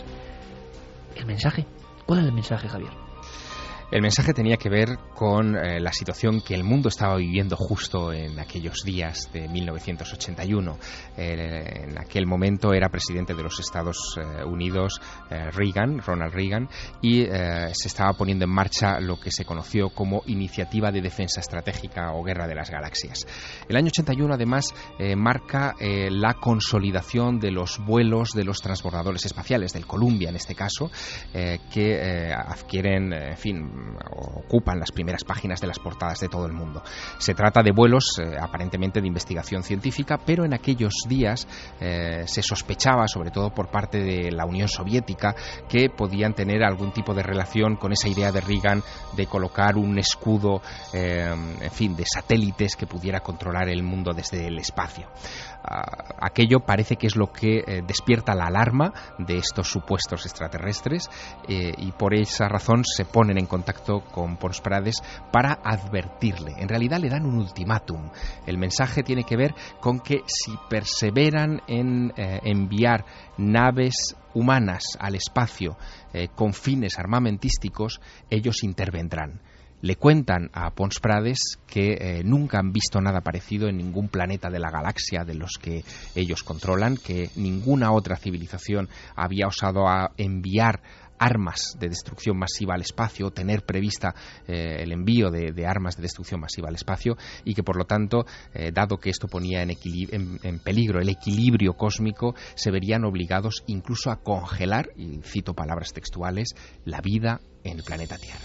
El mensaje. ¿Cuál es el mensaje, Javier? El mensaje tenía que ver con eh, la situación que el mundo estaba viviendo justo en aquellos días de mil novecientos ochenta y uno. Eh, en aquel momento era presidente de los Estados eh, Unidos eh, Reagan, Ronald Reagan, y eh, se estaba poniendo en marcha lo que se conoció como Iniciativa de Defensa Estratégica o Guerra de las Galaxias. El año ochenta y uno, además, eh, marca eh, la consolidación de los vuelos de los transbordadores espaciales, del Columbia en este caso, eh, que eh, adquieren, eh, en fin, ocupan las primeras páginas de las portadas de todo el mundo. Se trata de vuelos eh, aparentemente de investigación científica, pero en aquellos días eh, se sospechaba, sobre todo por parte de la Unión Soviética, que podían tener algún tipo de relación con esa idea de Reagan de colocar un escudo, eh, en fin, de satélites que pudiera controlar el mundo desde el espacio. Uh, aquello parece que es lo que eh, despierta la alarma de estos supuestos extraterrestres, eh, y por esa razón se ponen en contacto con Pons Prades para advertirle. En realidad le dan un ultimátum. El mensaje tiene que ver con que si perseveran en eh, enviar naves humanas al espacio eh, con fines armamentísticos, ellos intervendrán. Le cuentan a Pons Prades que eh, nunca han visto nada parecido en ningún planeta de la galaxia de los que ellos controlan, que ninguna otra civilización había osado a enviar armas de destrucción masiva al espacio, tener prevista eh, el envío de, de armas de destrucción masiva al espacio, y que por lo tanto, eh, dado que esto ponía en, en, en peligro el equilibrio cósmico, se verían obligados incluso a congelar, y cito palabras textuales, la vida en el planeta Tierra.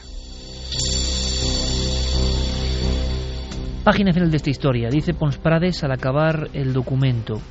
Página final de esta historia. Dice Pons Prades al acabar el documento: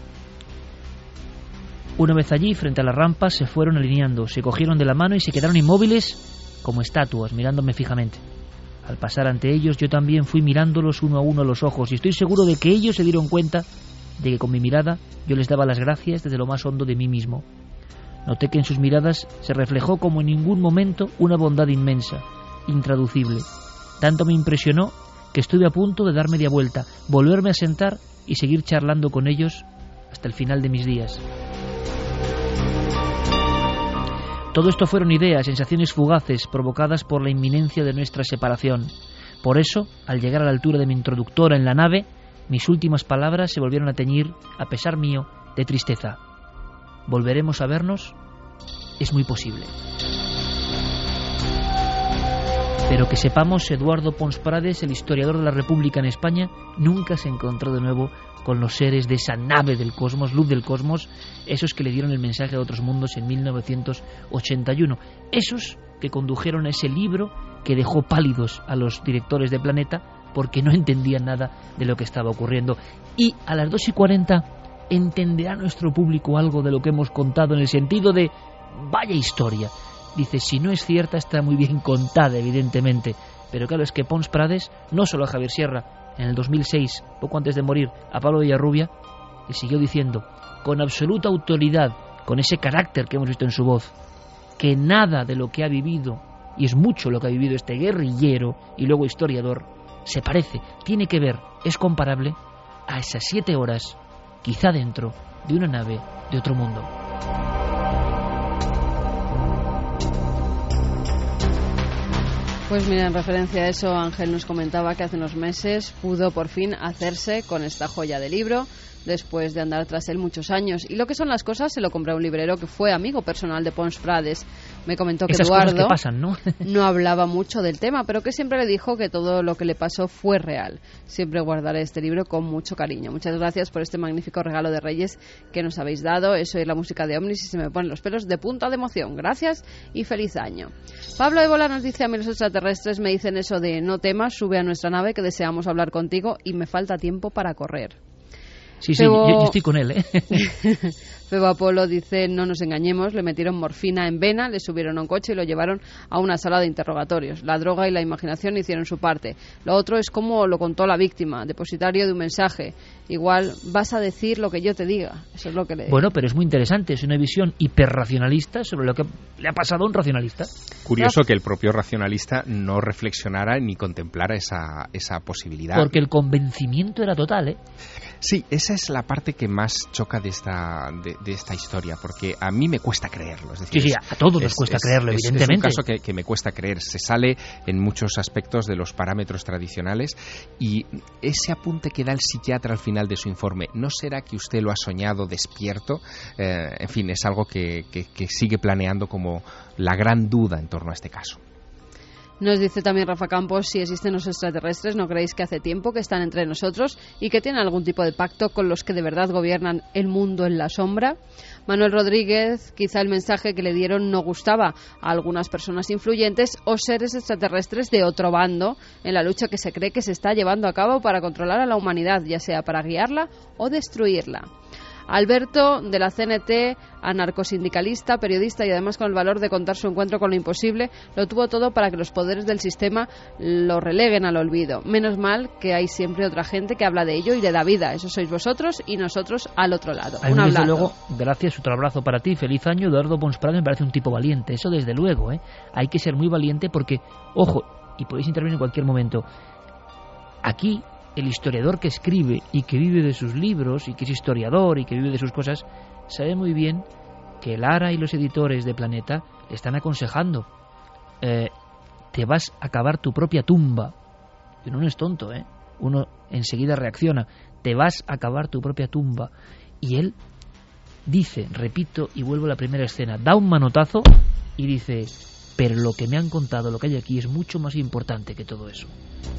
una vez allí, frente a las rampas, se fueron alineando, se cogieron de la mano y se quedaron inmóviles como estatuas, mirándome fijamente. Al pasar ante ellos, yo también fui mirándolos uno a uno a los ojos, y estoy seguro de que ellos se dieron cuenta de que con mi mirada yo les daba las gracias desde lo más hondo de mí mismo. Noté que en sus miradas se reflejó como en ningún momento una bondad inmensa, intraducible. Tanto me impresionó que estuve a punto de dar media vuelta, volverme a sentar y seguir charlando con ellos hasta el final de mis días. Todo esto fueron ideas, sensaciones fugaces provocadas por la inminencia de nuestra separación. Por eso, al llegar a la altura de mi introductora en la nave, mis últimas palabras se volvieron a teñir, a pesar mío, de tristeza. ¿Volveremos a vernos? Es muy posible. Pero que sepamos, Eduardo Pons Prades, el historiador de la República en España, nunca se encontró de nuevo con los seres de esa nave del cosmos, luz del cosmos, esos que le dieron el mensaje a otros mundos en mil novecientos ochenta y uno, esos que condujeron a ese libro que dejó pálidos a los directores de Planeta porque no entendían nada de lo que estaba ocurriendo. Y a las dos y cuarenta entenderá nuestro público algo de lo que hemos contado, en el sentido de vaya historia. Dice, si no es cierta, está muy bien contada, evidentemente. Pero claro, es que Pons Prades, no solo a Javier Sierra, en el dos mil seis, poco antes de morir, a Pablo Villarrubia, le siguió diciendo, con absoluta autoridad, con ese carácter que hemos visto en su voz, que nada de lo que ha vivido, y es mucho lo que ha vivido este guerrillero y luego historiador, se parece, tiene que ver, es comparable a esas siete horas, quizá dentro de una nave de otro mundo. Pues mira, en referencia a eso, Ángel nos comentaba que hace unos meses pudo por fin hacerse con esta joya de libro, después de andar tras él muchos años. Y lo que son las cosas, se lo compró a un librero que fue amigo personal de Pons Prades. Me comentó que esas Eduardo cosas que pasan, ¿no? no hablaba mucho del tema, pero que siempre le dijo que todo lo que le pasó fue real. Siempre guardaré este libro con mucho cariño. Muchas gracias por este magnífico regalo de Reyes que nos habéis dado. Eso es la música de Omnis y se me ponen los pelos de punta de emoción. Gracias y feliz año. Pablo Ébola nos dice, a mí los extraterrestres me dicen eso de no temas, sube a nuestra nave que deseamos hablar contigo y me falta tiempo para correr. Sí, sí, Febo... yo, yo estoy con él, ¿eh? Febo Apolo dice, no nos engañemos, le metieron morfina en vena, le subieron a un coche y lo llevaron a una sala de interrogatorios. La droga y la imaginación hicieron su parte. Lo otro es como lo contó la víctima, depositario de un mensaje. Igual vas a decir lo que yo te diga. Eso es lo que le... Bueno, pero es muy interesante, es una visión hiperracionalista sobre lo que le ha pasado a un racionalista. Curioso que el propio racionalista no reflexionara ni contemplara esa, esa posibilidad. Porque el convencimiento era total, ¿eh? Sí, esa es la parte que más choca de esta de, de esta historia, porque a mí me cuesta creerlo. Es decir, sí, sí, a todos nos cuesta es, creerlo, es, evidentemente. Es un caso que, que me cuesta creer. Se sale en muchos aspectos de los parámetros tradicionales y ese apunte que da el psiquiatra al final de su informe, ¿no será que usted lo ha soñado despierto? Eh, en fin, es algo que, que, que sigue planeando como la gran duda en torno a este caso. Nos dice también Rafa Campos, si existen los extraterrestres, ¿no creéis que hace tiempo que están entre nosotros y que tienen algún tipo de pacto con los que de verdad gobiernan el mundo en la sombra? Manuel Rodríguez, quizá el mensaje que le dieron no gustaba a algunas personas influyentes o seres extraterrestres de otro bando en la lucha que se cree que se está llevando a cabo para controlar a la humanidad, ya sea para guiarla o destruirla. Alberto, de la C N T, anarcosindicalista, periodista y además con el valor de contar su encuentro con lo imposible, lo tuvo todo para que los poderes del sistema lo releguen al olvido. Menos mal que hay siempre otra gente que habla de ello y le da vida. Eso sois vosotros y nosotros al otro lado. A mí, un desde abrazo. luego, gracias, otro abrazo para ti. Feliz año. Eduardo Pons Prades me parece un tipo valiente. Eso desde luego, ¿eh? Hay que ser muy valiente porque, ojo, y podéis intervenir en cualquier momento, aquí el historiador que escribe y que vive de sus libros y que es historiador y que vive de sus cosas sabe muy bien que Lara y los editores de Planeta le están aconsejando, eh, te vas a cavar tu propia tumba. Y uno no es tonto, ¿eh? Uno enseguida reacciona, te vas a cavar tu propia tumba. Y él dice, repito y vuelvo a la primera escena, da un manotazo y dice, pero lo que me han contado, lo que hay aquí, es mucho más importante que todo eso.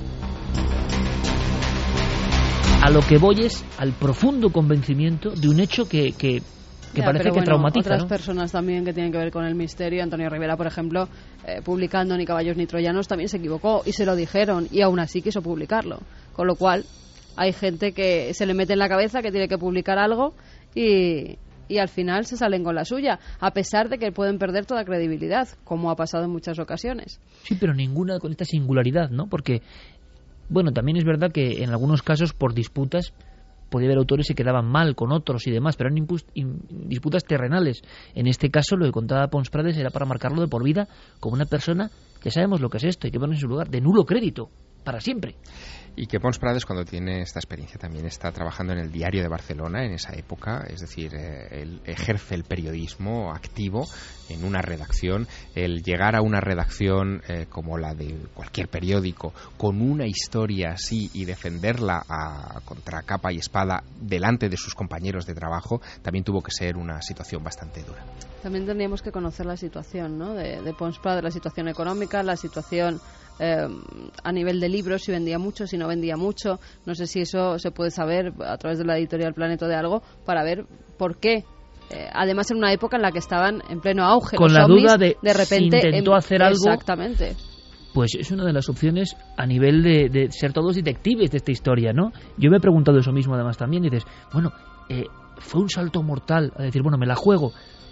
A lo que voy es al profundo convencimiento de un hecho que, que, que ya, parece pero que bueno, traumatiza, otras ¿no? personas también que tienen que ver con el misterio. Antonio Rivera, por ejemplo, eh, publicando Ni caballos ni troyanos, también se equivocó y se lo dijeron y aún así quiso publicarlo. Con lo cual hay gente que se le mete en la cabeza que tiene que publicar algo y, y al final se salen con la suya, a pesar de que pueden perder toda credibilidad, como ha pasado en muchas ocasiones. Sí, pero ninguna con esta singularidad, ¿no? Porque, bueno, también es verdad que en algunos casos por disputas podía haber autores que quedaban mal con otros y demás, pero eran impus- in- disputas terrenales. En este caso, lo que contaba Pons Prades era para marcarlo de por vida como una persona, ya sabemos lo que es esto, hay que poner en su lugar, de nulo crédito, para siempre. Y que Pons Prades, cuando tiene esta experiencia, también está trabajando en el Diario de Barcelona en esa época, es decir, eh, él ejerce el periodismo activo en una redacción. El llegar a una redacción eh, como la de cualquier periódico, con una historia así y defenderla a contra capa y espada delante de sus compañeros de trabajo, también tuvo que ser una situación bastante dura. También tendríamos que conocer la situación, ¿no?, de, de Pons Prades, la situación económica, la situación eh, a nivel de libros, si vendía mucho, si no vendía mucho. No sé si eso se puede saber a través de la editorial Planeta de algo, para ver por qué. Eh, además, en una época en la que estaban en pleno auge con los la ovnis, duda de, de repente si intentó en, hacer algo. Exactamente. Pues es una de las opciones a nivel de, de ser todos detectives de esta historia, ¿no? Yo me he preguntado eso mismo además también, y dices, bueno, eh, fue un salto mortal a decir, bueno, me la juego.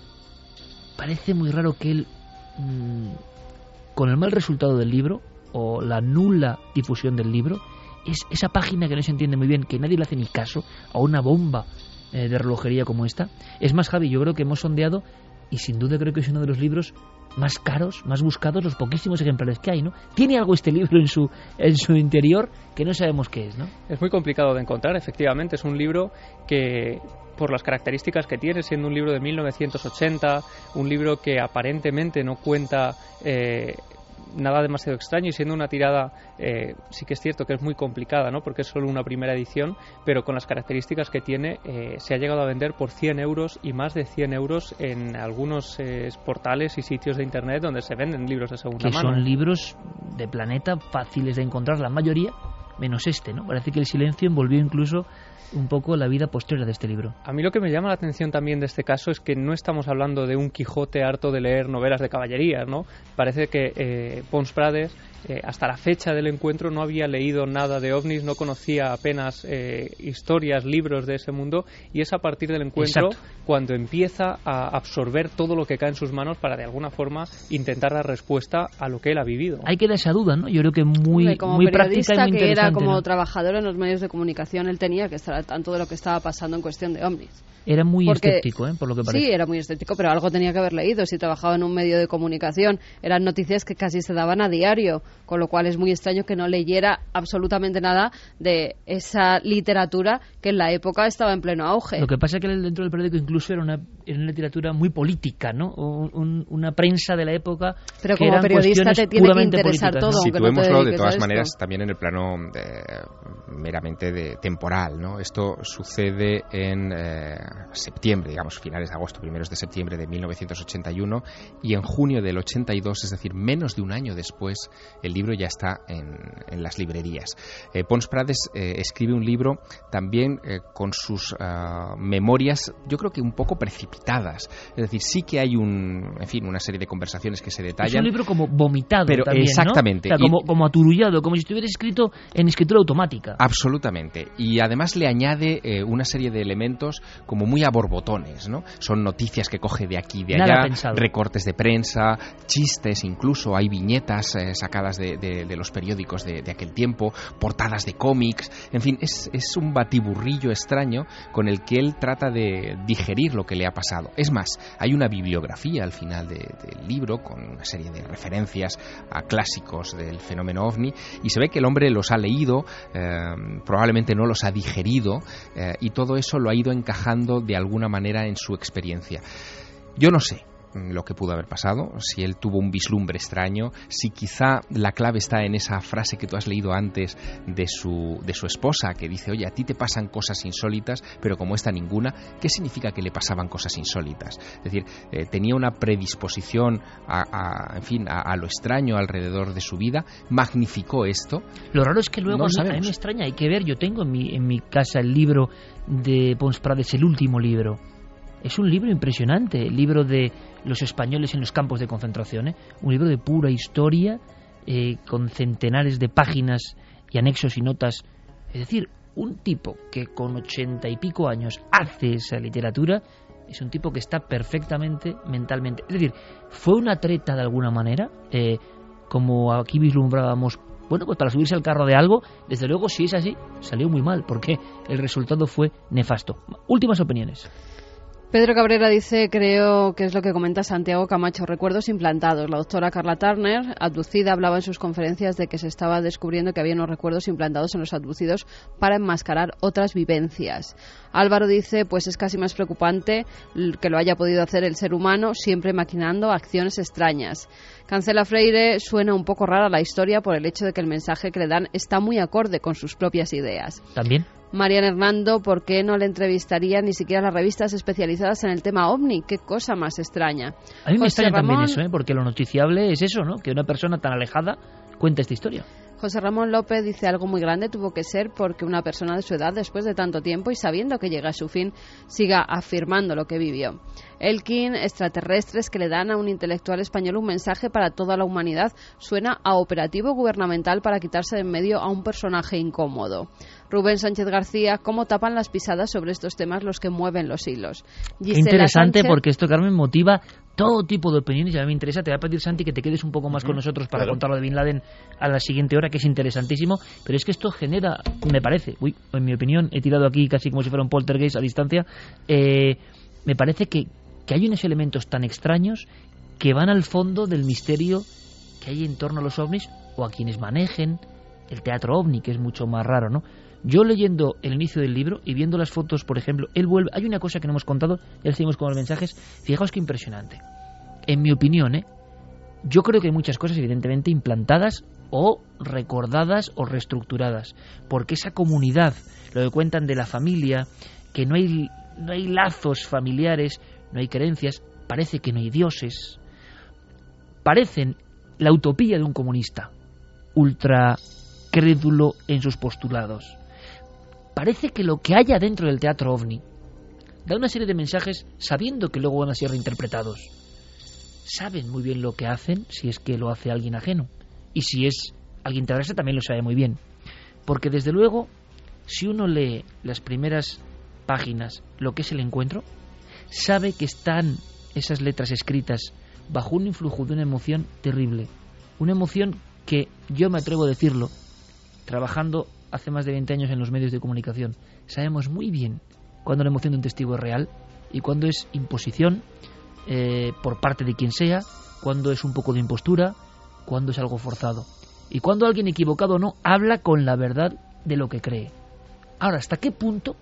Parece muy raro que él, mmm, con el mal resultado del libro o la nula difusión del libro, es esa página que no se entiende muy bien, que nadie le hace ni caso a una bomba eh, de relojería como esta. Es más, Javi, yo creo que hemos sondeado y sin duda creo que es uno de los libros más caros, más buscados, los poquísimos ejemplares que hay, ¿no? Tiene algo este libro en su en su interior que no sabemos qué es, ¿no? Es muy complicado de encontrar, efectivamente. Es un libro que, por las características que tiene, siendo un libro de mil novecientos ochenta, un libro que aparentemente no cuenta eh, nada demasiado extraño, y siendo una tirada, eh, sí que es cierto que es muy complicada, ¿no?, porque es solo una primera edición, pero con las características que tiene, eh, se ha llegado a vender por cien euros y más de cien euros en algunos eh, portales y sitios de internet donde se venden libros de segunda que mano. Son libros de Planeta fáciles de encontrar, la mayoría, menos este, ¿no? Parece que el silencio envolvió incluso un poco la vida posterior de este libro. A mí lo que me llama la atención también de este caso es que no estamos hablando de un Quijote harto de leer novelas de caballerías, ¿no? Parece que eh, Pons Prades, eh, hasta la fecha del encuentro, no había leído nada de ovnis, no conocía apenas eh, historias, libros de ese mundo, y es a partir del encuentro Exacto. cuando empieza a absorber todo lo que cae en sus manos para de alguna forma intentar dar respuesta a lo que él ha vivido. Ahí queda esa duda, ¿no? Yo creo que muy, como muy práctica y muy periodista que era como ¿no? trabajador en los medios de comunicación, él tenía que estar al tanto de lo que estaba pasando en cuestión de ovnis. Era muy Porque, escéptico, ¿eh? Por lo que parece. Sí, era muy escéptico, pero algo tenía que haber leído. Si trabajaba en un medio de comunicación, eran noticias que casi se daban a diario, con lo cual es muy extraño que no leyera absolutamente nada de esa literatura que en la época estaba en pleno auge. Lo que pasa es que dentro del periódico incluso era una, era una literatura muy política, ¿no? Un, un, una prensa de la época. Pero que como eran periodista te tiene que interesar políticas, todo, ¿no? aunque no te Situémoslo de dediques todas a esto. maneras también en el plano eh, meramente de temporal, ¿no? Esto sucede en eh, septiembre, digamos, finales de agosto, primeros de septiembre de mil novecientos ochenta y uno, y en junio del ochenta y dos, es decir, menos de un año después, el libro ya está en, en las librerías. Eh, Pons Prades eh, escribe un libro también eh, con sus uh, memorias, yo creo que un poco precipitadas. Es decir, sí que hay un, en fin, una serie de conversaciones que se detallan. Es un libro como vomitado pero también, exactamente. ¿no? O sea, como, Y, como aturullado, como si estuviera escrito en escritura automática. Absolutamente. Y además le añade eh, una serie de elementos como muy a borbotones, ¿no? Son noticias que coge de aquí y de Nada allá, pensado. recortes de prensa, chistes, incluso hay viñetas eh, sacadas de, de, de los periódicos de, de aquel tiempo, portadas de cómics, en fin, es, es un batiburrillo extraño con el que él trata de digerir lo que le ha pasado. Es más, hay una bibliografía al final de, del libro con una serie de referencias a clásicos del fenómeno ovni, y se ve que el hombre los ha leído, eh, probablemente no los ha digerido, eh, y todo eso lo ha ido encajando de alguna manera en su experiencia. Yo no sé. lo que pudo haber pasado, si él tuvo un vislumbre extraño, si quizá la clave está en esa frase que tú has leído antes de su, de su esposa, que dice, oye, a ti te pasan cosas insólitas, pero como esta ninguna. ¿Qué significa que le pasaban cosas insólitas? Es decir, eh, tenía una predisposición a, a en fin, a, a lo extraño alrededor de su vida, magnificó esto. Lo raro es que luego no a, mí, a mí me extraña, hay que ver, yo tengo en mi, en mi casa el libro de Pons Prades, el último libro. Es un libro impresionante, el libro de los españoles en los campos de concentración, ¿eh? Un libro de pura historia, eh, con centenares de páginas y anexos y notas. Es decir, un tipo que con ochenta y pico años hace esa literatura es un tipo que está perfectamente mentalmente. Es decir, fue una treta de alguna manera, eh, como aquí vislumbrábamos. Bueno, pues para subirse al carro de algo, desde luego, si es así, salió muy mal, porque el resultado fue nefasto. Últimas opiniones. Pedro Cabrera dice, creo que es lo que comenta Santiago Camacho, recuerdos implantados. La doctora Carla Turner, abducida, hablaba en sus conferencias de que se estaba descubriendo que había unos recuerdos implantados en los abducidos para enmascarar otras vivencias. Álvaro dice, pues es casi más preocupante que lo haya podido hacer el ser humano, siempre maquinando acciones extrañas. Cancela Freire, suena un poco rara la historia por el hecho de que el mensaje que le dan está muy acorde con sus propias ideas. También. Marian Hernando, ¿por qué no le entrevistarían ni siquiera las revistas especializadas en el tema OVNI? Qué cosa más extraña. A mí me José extraña Ramón, también eso, ¿eh? Porque lo noticiable es eso, ¿no? Que una persona tan alejada cuente esta historia. José Ramón López dice, algo muy grande tuvo que ser porque una persona de su edad, después de tanto tiempo y sabiendo que llega a su fin, siga afirmando lo que vivió. Elkin, extraterrestres que le dan a un intelectual español un mensaje para toda la humanidad, suena a operativo gubernamental para quitarse de en medio a un personaje incómodo. Rubén Sánchez García, ¿cómo tapan las pisadas sobre estos temas los que mueven los hilos? Gisela Interesante, Sánchez, porque esto, Carmen, motiva todo tipo de opiniones y a mí me interesa. Te voy a pedir, Santi, que te quedes un poco más uh-huh. con nosotros para claro. contar lo de Bin Laden a la siguiente hora, que es interesantísimo, pero es que esto genera, me parece, uy, en mi opinión, he tirado aquí casi como si fuera un poltergeist a distancia, eh, me parece que, que hay unos elementos tan extraños que van al fondo del misterio que hay en torno a los ovnis o a quienes manejen el teatro ovni, que es mucho más raro, ¿no? Yo leyendo el inicio del libro y viendo las fotos, por ejemplo, él vuelve... Hay una cosa que no hemos contado, ya seguimos con los mensajes. Fijaos qué impresionante. En mi opinión, ¿eh? Yo creo que hay muchas cosas evidentemente implantadas o recordadas o reestructuradas. Porque esa comunidad, lo que cuentan de la familia, que no hay, no hay lazos familiares, no hay creencias, parece que no hay dioses. Parecen la utopía de un comunista, ultra crédulo en sus postulados. Parece que lo que haya dentro del teatro ovni da una serie de mensajes sabiendo que luego van a ser reinterpretados. Saben muy bien lo que hacen, si es que lo hace alguien ajeno. Y si es alguien terrestre también lo sabe muy bien. Porque desde luego, si uno lee las primeras páginas, lo que es el encuentro, sabe que están esas letras escritas bajo un influjo de una emoción terrible. Una emoción que, yo me atrevo a decirlo, trabajando hace más de veinte años en los medios de comunicación, sabemos muy bien cuándo la emoción de un testigo es real y cuándo es imposición eh, por parte de quien sea, cuándo es un poco de impostura, cuándo es algo forzado y cuándo alguien equivocado o no habla con la verdad de lo que cree. Ahora, ¿hasta qué punto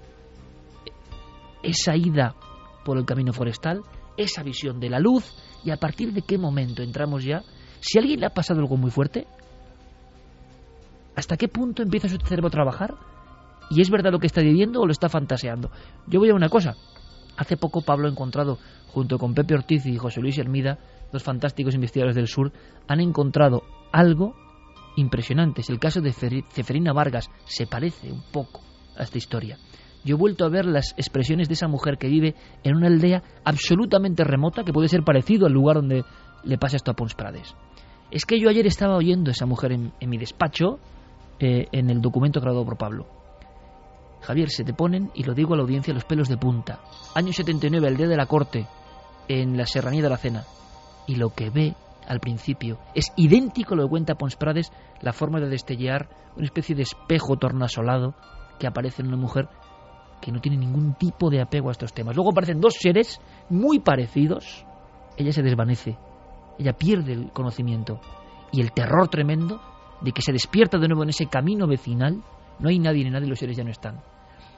esa ida por el camino forestal, esa visión de la luz, y a partir de qué momento entramos ya, si a alguien le ha pasado algo muy fuerte, ¿hasta qué punto empieza su cerebro a trabajar? ¿Y es verdad lo que está viviendo o lo está fantaseando? Yo voy a una cosa. Hace poco Pablo ha encontrado, junto con Pepe Ortiz y José Luis Hermida, dos fantásticos investigadores del sur, han encontrado algo impresionante. Es el caso de Ceferina Vargas. Se parece un poco a esta historia. Yo he vuelto a ver las expresiones de esa mujer que vive en una aldea absolutamente remota, que puede ser parecido al lugar donde le pasa esto a Pons Prades. Es que yo ayer estaba oyendo a esa mujer en, en mi despacho, Eh, en el documento creado por Pablo. Javier, se te ponen, y lo digo a la audiencia, los pelos de punta. Año setenta y nueve, el día de la corte, en la Serranía de la Cena. Y lo que ve al principio es idéntico a lo que cuenta Pons Prades, la forma de destellear una especie de espejo tornasolado que aparece en una mujer que no tiene ningún tipo de apego a estos temas. Luego aparecen dos seres muy parecidos. Ella se desvanece, ella pierde el conocimiento y el terror tremendo de que se despierta de nuevo en ese camino vecinal. No hay nadie ni nadie, los seres ya no están.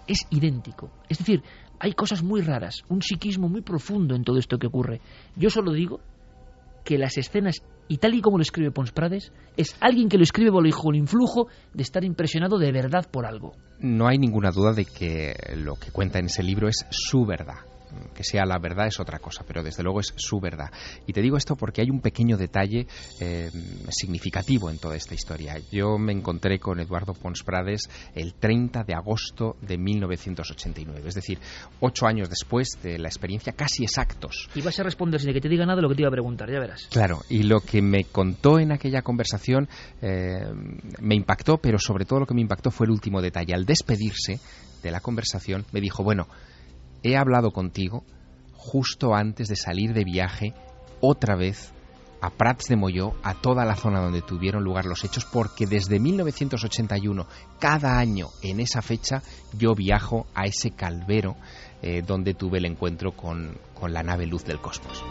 es idéntico. Es decir, hay cosas muy raras, un psiquismo muy profundo en todo esto que ocurre. Yo solo digo que las escenas, y tal y como lo escribe Pons Prades, es alguien que lo escribe bajo el influjo de estar impresionado de verdad por algo. No hay ninguna duda de que lo que cuenta en ese libro es su verdad. Que sea la verdad es otra cosa, pero desde luego es su verdad. Y te digo esto porque hay un pequeño detalle eh, significativo en toda esta historia. Yo me encontré con Eduardo Pons Prades el treinta de agosto de mil novecientos ochenta y nueve, es decir, ocho años después de la experiencia, casi exactos. Y vas a responder sin que te diga nada lo que te iba a preguntar, ya verás. Claro, y lo que me contó en aquella conversación eh, me impactó, pero sobre todo lo que me impactó fue el último detalle. Al despedirse de la conversación me dijo, bueno, he hablado contigo justo antes de salir de viaje otra vez a Prats de Molló, a toda la zona donde tuvieron lugar los hechos, porque desde mil novecientos ochenta y uno, cada año en esa fecha, yo viajo a ese calvero eh, donde tuve el encuentro con, con la nave Luz del Cosmos.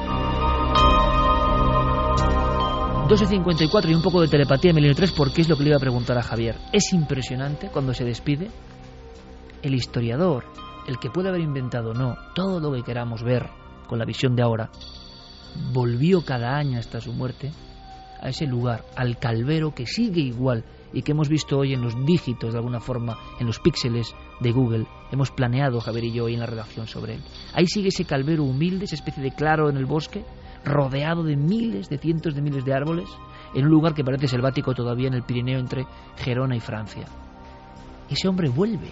doce cincuenta y cuatro y un poco de telepatía, Milenio tres, porque es lo que le iba a preguntar a Javier. Es impresionante cuando se despide el historiador, el que puede haber inventado o no todo lo que queramos ver con la visión de ahora, volvió cada año hasta su muerte a ese lugar, al calvero que sigue igual y que hemos visto hoy en los dígitos de alguna forma, en los píxeles de Google. Hemos planeado, Javier y yo, hoy en la redacción sobre él. Ahí sigue ese calvero humilde, esa especie de claro en el bosque, rodeado de miles, de cientos de miles de árboles, en un lugar que parece selvático todavía en el Pirineo entre Gerona y Francia. Ese hombre vuelve.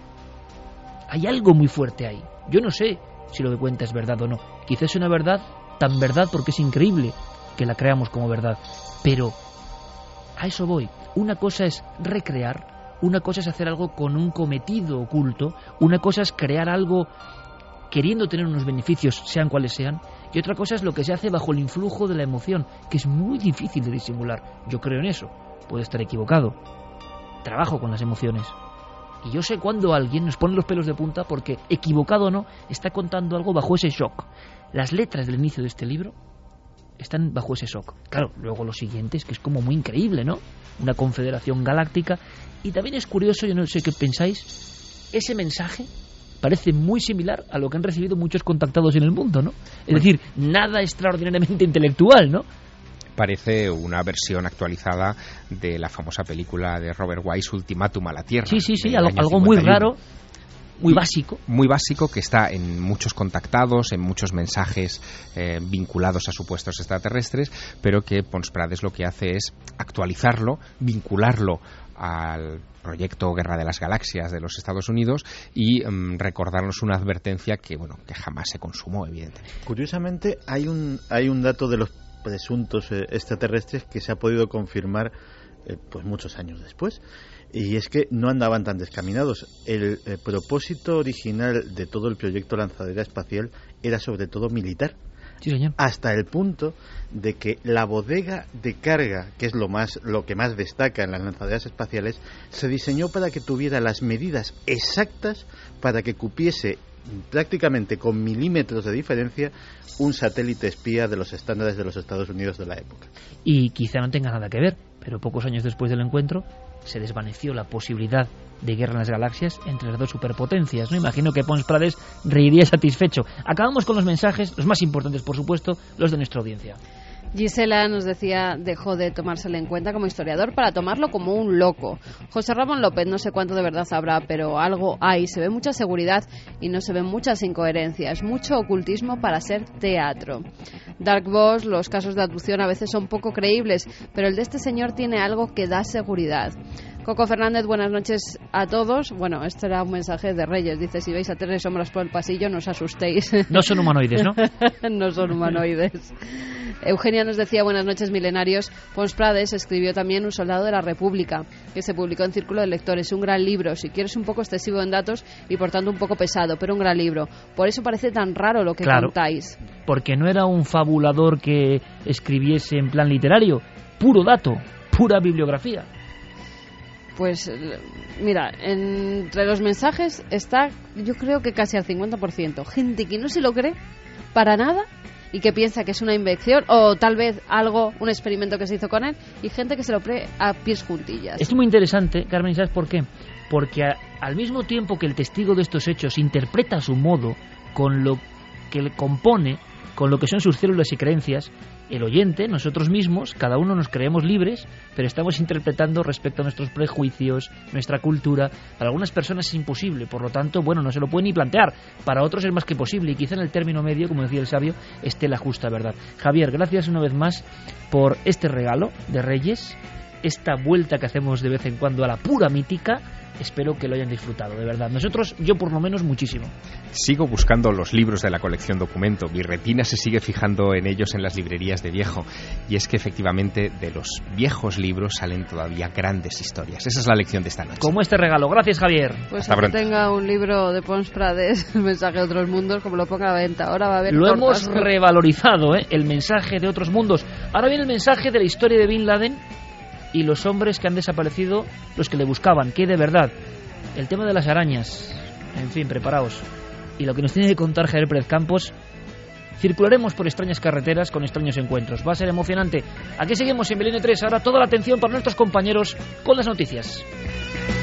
Hay algo muy fuerte ahí. Yo no sé si lo que cuenta es verdad o no. Quizás es una verdad tan verdad porque es increíble que la creamos como verdad. Pero a eso voy. Una cosa es recrear, una cosa es hacer algo con un cometido oculto, una cosa es crear algo queriendo tener unos beneficios, sean cuales sean, y otra cosa es lo que se hace bajo el influjo de la emoción, que es muy difícil de disimular. Yo creo en eso. Puedo estar equivocado. Trabajo con las emociones. Y yo sé cuando alguien nos pone los pelos de punta porque, equivocado o no, está contando algo bajo ese shock. Las letras del inicio de este libro están bajo ese shock. Claro, luego los siguientes, que es como muy increíble, ¿no? Una confederación galáctica. Y también es curioso, yo no sé qué pensáis, ese mensaje parece muy similar a lo que han recibido muchos contactados en el mundo, ¿no? Es bueno, decir, nada extraordinariamente intelectual, ¿no? Parece una versión actualizada de la famosa película de Robert Wise, Ultimátum a la Tierra. Sí, sí, sí, algo, algo muy raro, muy básico. Muy básico, que está en muchos contactados, en muchos mensajes eh, vinculados a supuestos extraterrestres, pero que Pons Prades lo que hace es actualizarlo, vincularlo al proyecto Guerra de las Galaxias de los Estados Unidos y um, recordarnos una advertencia que, bueno, que jamás se consumó, evidentemente. Curiosamente, hay un, hay un dato de los presuntos eh, extraterrestres que se ha podido confirmar eh, pues muchos años después, y es que no andaban tan descaminados. El eh, propósito original de todo el proyecto lanzadera espacial era sobre todo militar. Sí, señor. Hasta el punto de que la bodega de carga, que es lo más lo que más destaca en las lanzaderas espaciales, se diseñó para que tuviera las medidas exactas para que cupiese prácticamente con milímetros de diferencia un satélite espía de los estándares de los Estados Unidos de la época. Y quizá no tenga nada que ver, pero pocos años después del encuentro se desvaneció la posibilidad de guerra en las galaxias entre las dos superpotencias, ¿no? Imagino que Pons Prades reiría satisfecho. Acabamos con los mensajes, los más importantes, por supuesto, los de nuestra audiencia. Gisela nos decía, dejó de tomárselo en cuenta como historiador para tomarlo como un loco. José Ramón López, no sé cuánto de verdad habrá, pero algo hay. Se ve mucha seguridad y no se ven muchas incoherencias. Mucho ocultismo para ser teatro. Dark Boss, los casos de abducción a veces son poco creíbles, pero el de este señor tiene algo que da seguridad. Coco Fernández, buenas noches a todos. Bueno, este era un mensaje de Reyes. Dice, si veis a tres sombras por el pasillo, no os asustéis. No son humanoides, ¿no? No son humanoides. Eugenia nos decía, buenas noches, milenarios. Pons Prades escribió también Un soldado de la República, que se publicó en Círculo de Lectores. Un gran libro, si quieres un poco excesivo en datos y por tanto un poco pesado, pero un gran libro. Por eso parece tan raro lo que claro, contáis. Porque no era un fabulador que escribiese en plan literario. Puro dato, pura bibliografía. Pues mira, entre los mensajes está, yo creo que casi al cincuenta por ciento. Gente que no se lo cree para nada y que piensa que es una invención o tal vez algo, un experimento que se hizo con él, y gente que se lo cree a pies juntillas. Es muy interesante, Carmen, ¿sabes por qué? Porque a, al mismo tiempo que el testigo de estos hechos interpreta a su modo, con lo que le compone, con lo que son sus células y creencias, el oyente, nosotros mismos, cada uno nos creemos libres, pero estamos interpretando respecto a nuestros prejuicios, nuestra cultura. Para algunas personas es imposible, por lo tanto, bueno, no se lo pueden ni plantear. Para otros es más que posible, y quizá en el término medio, como decía el sabio, esté la justa verdad. Javier, gracias una vez más por este regalo de Reyes, esta vuelta que hacemos de vez en cuando a la pura mítica. Espero que lo hayan disfrutado, de verdad. Nosotros, yo por lo menos, muchísimo. Sigo buscando los libros de la colección Documento. Mi retina se sigue fijando en ellos en las librerías de viejo. Y es que efectivamente de los viejos libros salen todavía grandes historias. Esa es la lección de esta noche. Como este regalo. Gracias, Javier. Pues el que tenga un libro de Pons Prades, El mensaje de otros mundos, como lo ponga a la venta. Ahora va a haber Lo cortas. hemos revalorizado, ¿eh? El mensaje de otros mundos. Ahora viene el mensaje de la historia de Bin Laden y los hombres que han desaparecido, los que le buscaban, que de verdad, el tema de las arañas, en fin, preparaos. Y lo que nos tiene que contar Javier Pérez Campos, circularemos por extrañas carreteras con extraños encuentros. Va a ser emocionante. Aquí seguimos en Belén tres, ahora toda la atención para nuestros compañeros con las noticias.